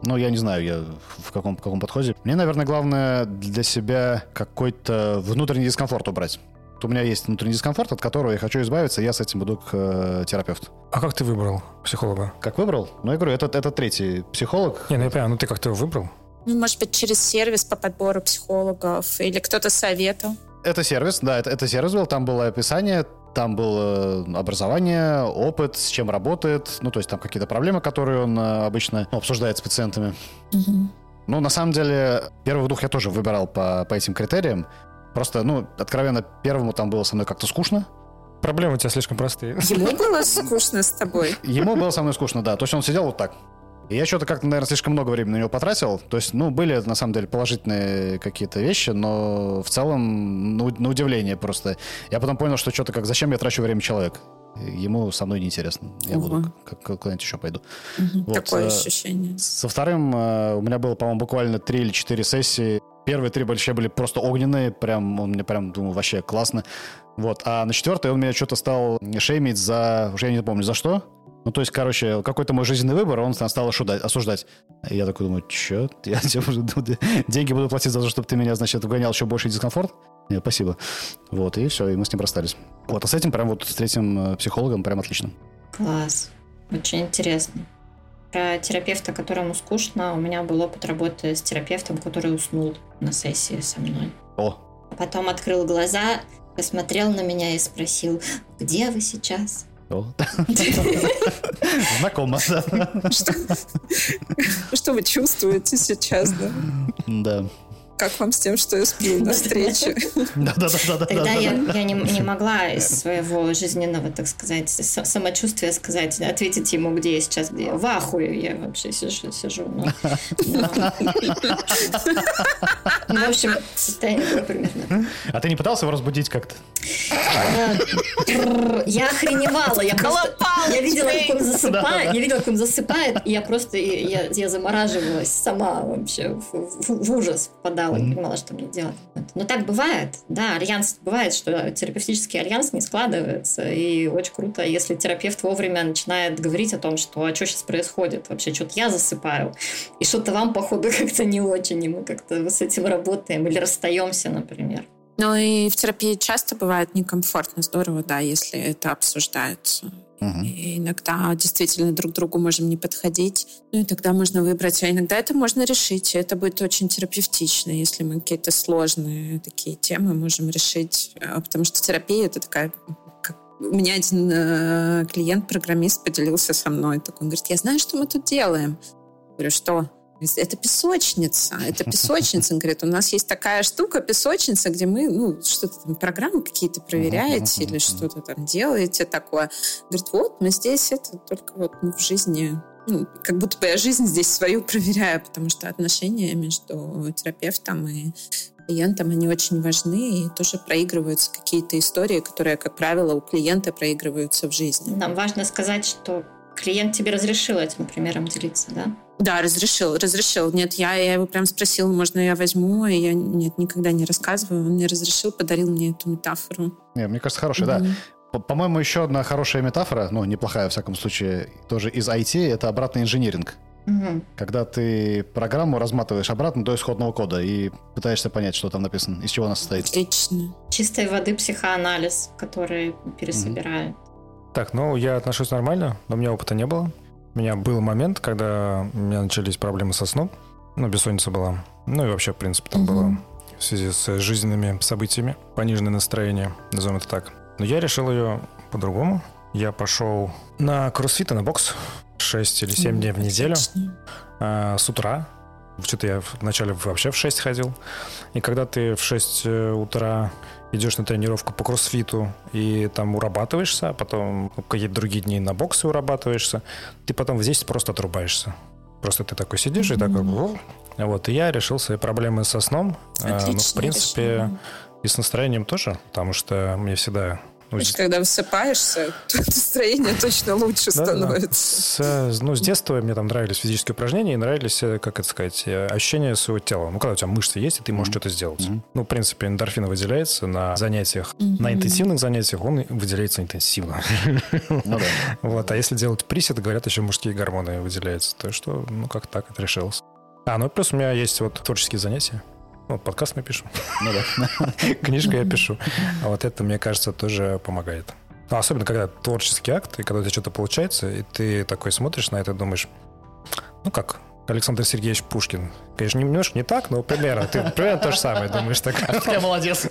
Ну, я не знаю, я в каком, в каком подходе. Мне, наверное, главное для себя какой-то внутренний дискомфорт убрать. У меня есть внутренний дискомфорт, от которого я хочу избавиться, и я с этим иду к э, терапевту. А как ты выбрал психолога? Как выбрал? Ну, я говорю, это, это третий психолог. Не, ну я понимаю, ну ты как-то его выбрал? Ну, может быть, через сервис по подбору психологов или кто-то советовал? Это сервис, да, это, это сервис был, там было описание, там было образование, опыт, с чем работает, ну, то есть там какие-то проблемы, которые он обычно ну, обсуждает с пациентами. Угу. Ну, на самом деле, первых двух я тоже выбирал по, по этим критериям. Просто, ну, откровенно, первому там было со мной как-то скучно. Проблемы у тебя слишком простые. Ему было скучно с тобой? Ему было со мной скучно, да. То есть он сидел вот так. И я что-то как-то, наверное, слишком много времени на него потратил. То есть, ну, были, на самом деле, положительные какие-то вещи, но в целом, ну, на удивление просто. Я потом понял, что что-то как, зачем я трачу время человека? Ему со мной неинтересно. Я Ого. буду как, как, куда-нибудь еще пойду. Угу. Вот. Такое ощущение. Со вторым у меня было, по-моему, буквально три или четыре сессии. Первые три большие были просто огненные, прям, он мне прям, думаю, вообще классно. Вот. А на четвертой он меня что-то стал шеймить за, уже я не помню, за что. Ну, то есть, короче, какой-то мой жизненный выбор, он стал осуждать. осуждать. И я такой думаю, что? Я тебе деньги буду платить за то, чтобы ты меня, значит, угонял еще больше дискомфорт? Нет, спасибо. Вот, и все, и мы с ним расстались. Вот, а с этим прям вот, с третьим психологом прям отлично. Класс. Очень интересно. Про терапевта, которому скучно, у меня был опыт работы с терапевтом, который уснул на сессии со мной. О. А потом открыл глаза, посмотрел на меня и спросил, где вы сейчас? Знакомо, да. Что вы чувствуете сейчас, да? Да. Как вам с тем, что я сплю на встрече? Да-да-да. Тогда я, я не, не могла из своего жизненного, так сказать, самочувствия сказать, ответить ему, где я сейчас, где я в ахуе я вообще сижу. сижу но, но... Ну, в общем, состояние было примерно. А ты не пытался его разбудить как-то? Я охреневала. Я просто... Я видела, как он засыпает. Я видела, как он засыпает, и я просто... Я, я замораживалась сама вообще. В, в, в ужас впадала. Не понимала, что мне делать. Но так бывает. Да, альянс бывает, что терапевтический альянс не складывается. И очень круто, если терапевт вовремя начинает говорить о том, что а что сейчас происходит? Вообще, что-то я засыпаю. И что-то вам, походу, как-то не очень. И мы как-то с этим работаем. Или расстаемся, например. Ну и в терапии часто бывает некомфортно. Здорово, да, если это обсуждается. Uh-huh. И иногда действительно друг к другу можем не подходить. Ну и тогда можно выбрать. А иногда это можно решить. И это будет очень терапевтично, если мы какие-то сложные такие темы можем решить. Потому что терапия — это такая... У меня один э, клиент-программист поделился со мной. Так он говорит, я знаю, что мы тут делаем. Я говорю, что? Это песочница. Это песочница. Он говорит, у нас есть такая штука, песочница, где мы, ну, что-то там, программы какие-то проверяете или что-то там делаете такое. Говорит, вот, мы здесь это только вот ну, в жизни, ну, как будто бы я жизнь здесь свою проверяю, потому что отношения между терапевтом и клиентом, они очень важны, и тоже проигрываются какие-то истории, которые, как правило, у клиента проигрываются в жизни. Нам важно сказать, что клиент тебе разрешил этим примером делиться, да? Да, разрешил, разрешил. Нет, я, я его прям спросила, можно я возьму, и я нет, никогда не рассказываю. Он мне разрешил, подарил мне эту метафору. Не, мне кажется, хорошая, mm-hmm. да. По-моему, еще одна хорошая метафора, ну, неплохая, во всяком случае, тоже из ай ти, это обратный инжиниринг. Mm-hmm. Когда ты программу разматываешь обратно до исходного кода и пытаешься понять, что там написано, из чего она состоит. Отлично. Чистой воды психоанализ, который пересобирает. Mm-hmm. Так, ну, я отношусь нормально, но у меня опыта не было. У меня был момент, когда у меня начались проблемы со сном. Ну, бессонница была. Ну и вообще, в принципе, там mm-hmm. было в связи с жизненными событиями. Пониженное настроение, назовем это так. Но я решил ее по-другому. Я пошел на кроссфит и на бокс шесть или семь mm-hmm. дней в неделю. А, с утра. Что-то я вначале вообще в шесть ходил. И когда ты в шесть утра идешь на тренировку по кроссфиту и там урабатываешься, а потом какие-то другие дни на боксе урабатываешься, ты потом в десять просто отрубаешься. Просто ты такой сидишь mm-hmm. и такой... Вот, и я решил свои проблемы со сном. Отлично, ну, в принципе, решение. И с настроением тоже, потому что мне всегда Значит, когда высыпаешься, то настроение точно лучше да, становится. Да. С, ну, с детства мне там нравились физические упражнения и нравились, как это сказать, ощущения своего тела. Ну, когда у тебя мышцы есть, и ты можешь mm-hmm. что-то сделать. Mm-hmm. Ну, в принципе, эндорфин выделяется на занятиях. Mm-hmm. На интенсивных занятиях он выделяется интенсивно. Ну, да. Вот. А если делать присед, говорят, еще мужские гормоны выделяются. То что, ну, как так это решилось. А, ну, плюс у меня есть вот творческие занятия. Вот подкаст мы пишем. Ну да. Книжку я пишу. А вот это, мне кажется, тоже помогает. Ну, особенно, когда творческий акт, и когда у тебя что-то получается, и ты такой смотришь на это и думаешь, ну как, Александр Сергеевич Пушкин. Конечно, немножко не так, но примерно. Ты примерно то же самое думаешь. Так. А я молодец.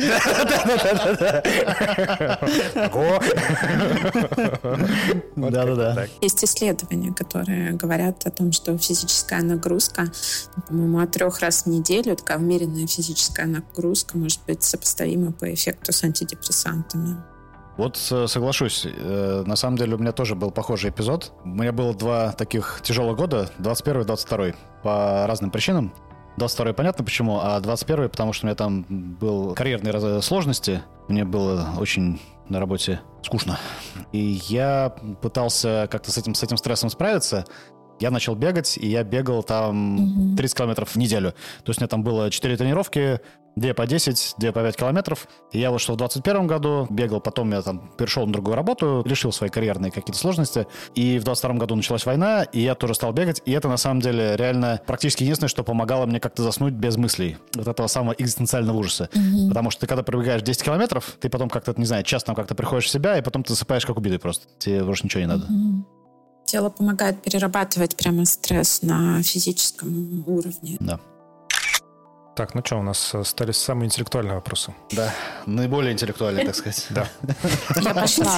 Да-да-да. Есть исследования, которые говорят о том, что физическая нагрузка, по-моему, от трех раз в неделю, такая умеренная физическая нагрузка может быть сопоставима по эффекту с антидепрессантами. Вот соглашусь. На самом деле у меня тоже был похожий эпизод. У меня было два таких тяжелых года, двадцать первый и двадцать второй, по разным причинам. двадцать второй понятно почему, а двадцать первый потому что у меня там был карьерные сложности. Мне было очень на работе скучно. И я пытался как-то с этим, с этим стрессом справиться. Я начал бегать, и я бегал там тридцать километров в неделю. То есть у меня там было четыре тренировки, две по десять, две по пять километров. И я вот что в двадцать первом году бегал, потом я там перешел на другую работу, решил свои карьерные какие-то сложности. И в двадцать втором году началась война, и я тоже стал бегать. И это, на самом деле, реально практически единственное, что помогало мне как-то заснуть без мыслей. Вот этого самого экзистенциального ужаса. Mm-hmm. Потому что ты, когда пробегаешь десять километров, ты потом как-то, не знаю, час там как-то приходишь в себя, и потом ты засыпаешь как убитый просто. Тебе больше ничего не надо. Mm-hmm. Тело помогает перерабатывать прямо стресс на физическом уровне. Да. Так, ну что, у нас остались самые интеллектуальные вопросы. Да, наиболее интеллектуальные, так сказать. Да. Я пошла.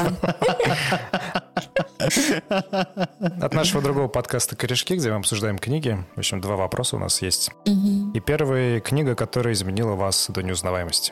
От нашего другого подкаста «Корешки», где мы обсуждаем книги. В общем, два вопроса у нас есть. И первая книга, которая изменила вас до неузнаваемости.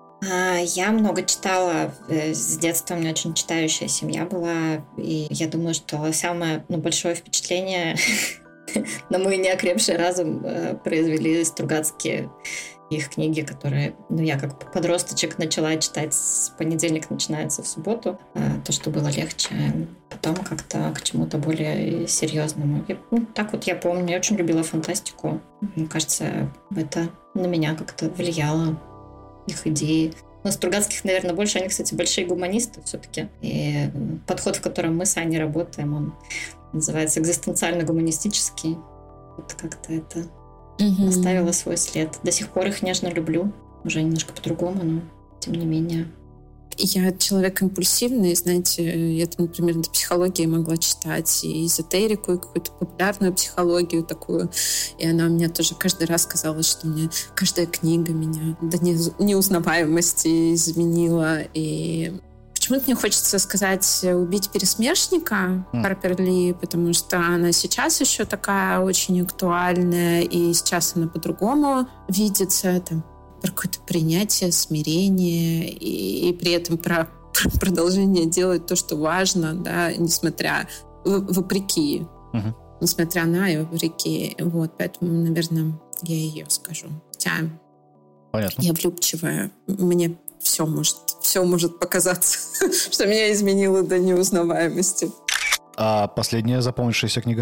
Я много читала. С детства у меня очень читающая семья была. И я думаю, что самое ну, большое впечатление на мой неокрепший разум произвели Стругацкие их книги, которые ну, я как подросточек начала читать с понедельника начинается в субботу. То, что было легче. Потом как-то к чему-то более серьезному. И, ну, так вот я помню. Я очень любила фантастику. Мне кажется, это на меня как-то влияло. Их идеи. Но Стругацких, наверное, больше. Они, кстати, большие гуманисты все-таки. И подход, в котором мы с Аней работаем, он называется экзистенциально-гуманистический. Вот как-то это mm-hmm. оставило свой след. До сих пор их нежно люблю. Уже немножко по-другому, но тем не менее. Я человек импульсивный, знаете, я, там, например, до психологии могла читать и эзотерику, и какую-то популярную психологию такую. И она у меня тоже каждый раз казалось, что мне каждая книга меня до неузнаваемости изменила. И почему-то мне хочется сказать «Убить пересмешника» mm. Харпер Ли, потому что она сейчас еще такая очень актуальная, и сейчас она по-другому видится, там, про какое-то принятие, смирение и, и при этом про, про продолжение делать то, что важно, да, несмотря вопреки, uh-huh. несмотря на и вопреки. Вот, поэтому, наверное, я ее скажу. Хотя Понятно. Я влюбчивая, мне все может, все может показаться, что меня изменило до неузнаваемости. А последняя запомнившаяся книга?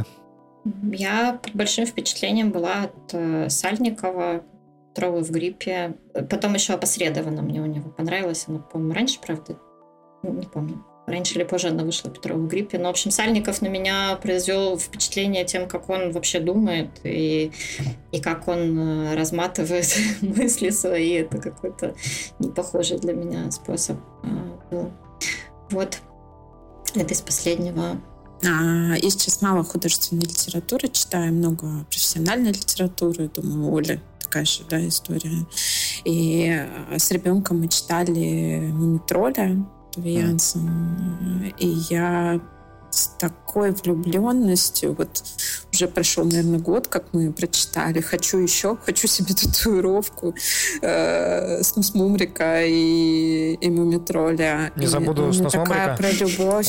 Я под большим впечатлением была от э, Сальникова «Травы в гриппе». Потом еще «Опосредованно» мне у него понравилось. Она, по-моему, раньше, правда? Не помню. Раньше или позже она вышла, «Петрова в гриппе». Но, в общем, Сальников на меня произвел впечатление тем, как он вообще думает и, и как он разматывает мысли свои. Это какой-то непохожий для меня способ был. Вот. Это из последнего. А, я сейчас мало художественной литературы читаю, много профессиональной литературы. Думаю, Оля такая же, да, история. И с ребенком мы читали «Мумитроля» Туве Янсен. И я с такой влюбленностью, вот уже прошел, наверное, год, как мы прочитали. Хочу еще, хочу себе татуировку э, с Нус Мумрика и, и Мумитроля. Не забуду с Нус Мумрика. Такая про любовь.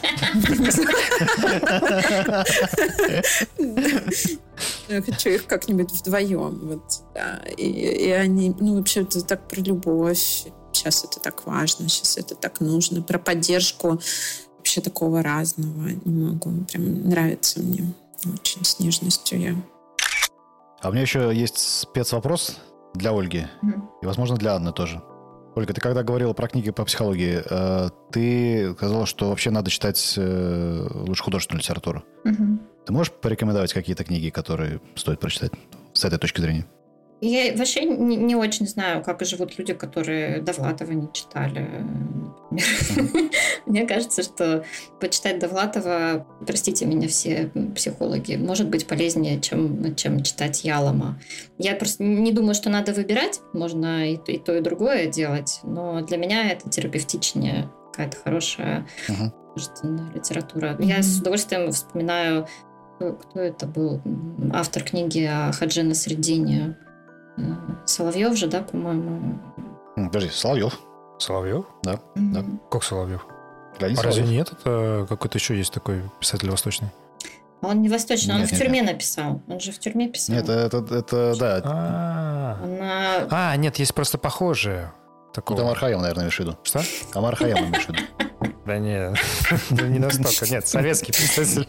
Я хочу их как-нибудь вдвоем. Вот, да. и, и они, ну, вообще, это так про любовь. сейчас это так важно, сейчас это так нужно, про поддержку вообще такого разного. Не могу, прям нравится мне очень с нежностью я. А у меня еще есть спецвопрос для Ольги mm-hmm. и, возможно, для Анны тоже. Ольга, ты когда говорила про книги по психологии, э, ты сказала, что вообще надо читать э, лучше художественную литературу. Mm-hmm. Ты можешь порекомендовать какие-то книги, которые стоит прочитать с этой точки зрения? Я вообще не, не очень знаю, как живут люди, которые Довлатова не читали. Мне кажется, что почитать Довлатова, простите меня все психологи, может быть полезнее, чем, чем читать Ялома. Я просто не думаю, что надо выбирать. Можно и, и то, и другое делать. Но для меня это терапевтичнее, какая-то хорошая художественная литература. Я с удовольствием вспоминаю, кто это был, автор книги о Хаджи Насреддине. Соловьев же, да, по-моему? Подожди, Соловьев. Соловьев? Да. Mm-hmm. да. Как Соловьев? Леонид а разве Соловьев. нет? Это какой-то еще есть такой писатель восточный. Он не восточный, нет, он в нет, тюрьме нет. написал. Он же в тюрьме писал. Нет, это, это, это да. А, Она... а, нет, есть просто похожие. Тут Амар Хайям, наверное, имеешь в виду. Что? Амар Хайям имеешь в виду. Да не, не настолько. Нет, советский писатель.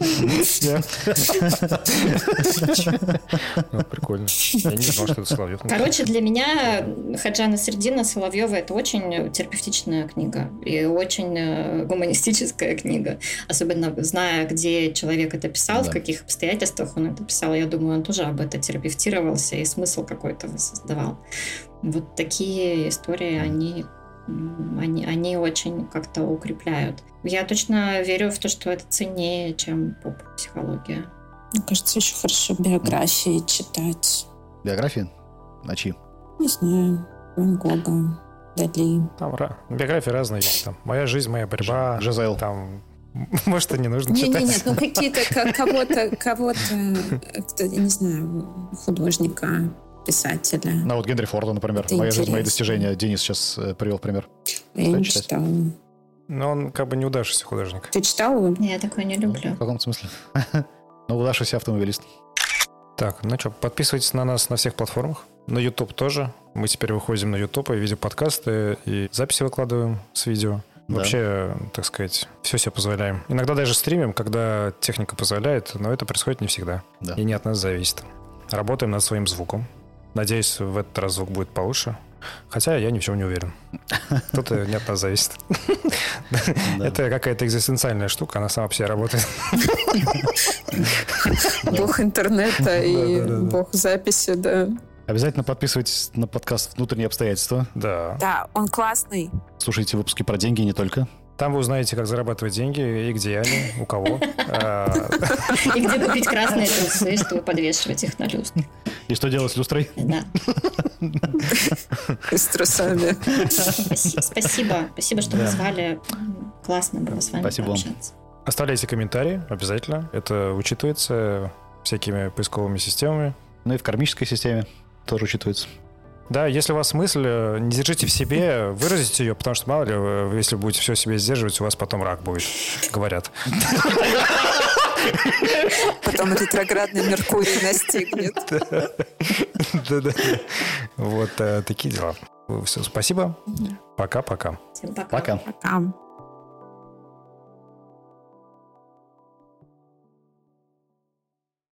Прикольно. Я не знал, что это Соловьев. Короче, для меня Хаджа Насреддина Соловьева — это очень терапевтичная книга и очень гуманистическая книга. Особенно зная, где человек это писал, в каких обстоятельствах он это писал. Я думаю, он тоже об этом терапевтировался и смысл какой-то создавал. Вот такие истории, они... Они, они очень как-то укрепляют. Я точно верю в то, что это ценнее, чем поп-психология. Мне кажется, еще хорошо биографии читать. Биографии? На чьи? Не знаю. Ван Гога, Дали. Там биографии разные есть. Там «Моя жизнь, моя борьба». Жизель. Там, может, и не нужно читать. Нет, нет, ну какие-то кого-то, кого-то, кто, я не знаю, художника, писателя. Ну, вот Генри Форда, например. Это «Моя жизнь, мои интересно. достижения». Денис сейчас э, привел пример. Я Стоит не читать? читала. Но он как бы неудавшийся художник. Ты читал его? Я такое не люблю. В каком смысле? Ну, удавшийся автомобилист. Так, ну что, подписывайтесь на нас на всех платформах. На YouTube тоже. Мы теперь выходим на YouTube и видеоподкасты, и записи выкладываем с видео. Да. Вообще, так сказать, все себе позволяем. Иногда даже стримим, когда техника позволяет, но это происходит не всегда. Да. И не от нас зависит. Работаем над своим звуком. Надеюсь, в этот раз звук будет получше. Хотя я ни в чем не уверен. Тут не от нас зависит. Это какая-то экзистенциальная штука, она сама по себе работает. Бог интернета и бог записи, да. Обязательно подписывайтесь на подкаст «Внутренние обстоятельства». Да. Да, он классный. Слушайте выпуски про деньги и не только. Там вы узнаете, как зарабатывать деньги и где они, у кого. И где купить красные трусы, чтобы подвешивать их на люстру. И что делать с люстрой? Да. С трусами. Спасибо. Спасибо, что позвали. Классно было с вами Спасибо вам. пообщаться. Оставляйте комментарии обязательно. Это учитывается всякими поисковыми системами. Ну и в кармической системе тоже учитывается. Да, если у вас мысль, не держите в себе, выразите ее, потому что, мало ли, вы, если будете все себе сдерживать, у вас потом рак будет, говорят. Потом ретроградный Меркурий настигнет. Да-да. Вот такие дела. Все, спасибо. Пока-пока. Всем пока. Пока. Пока.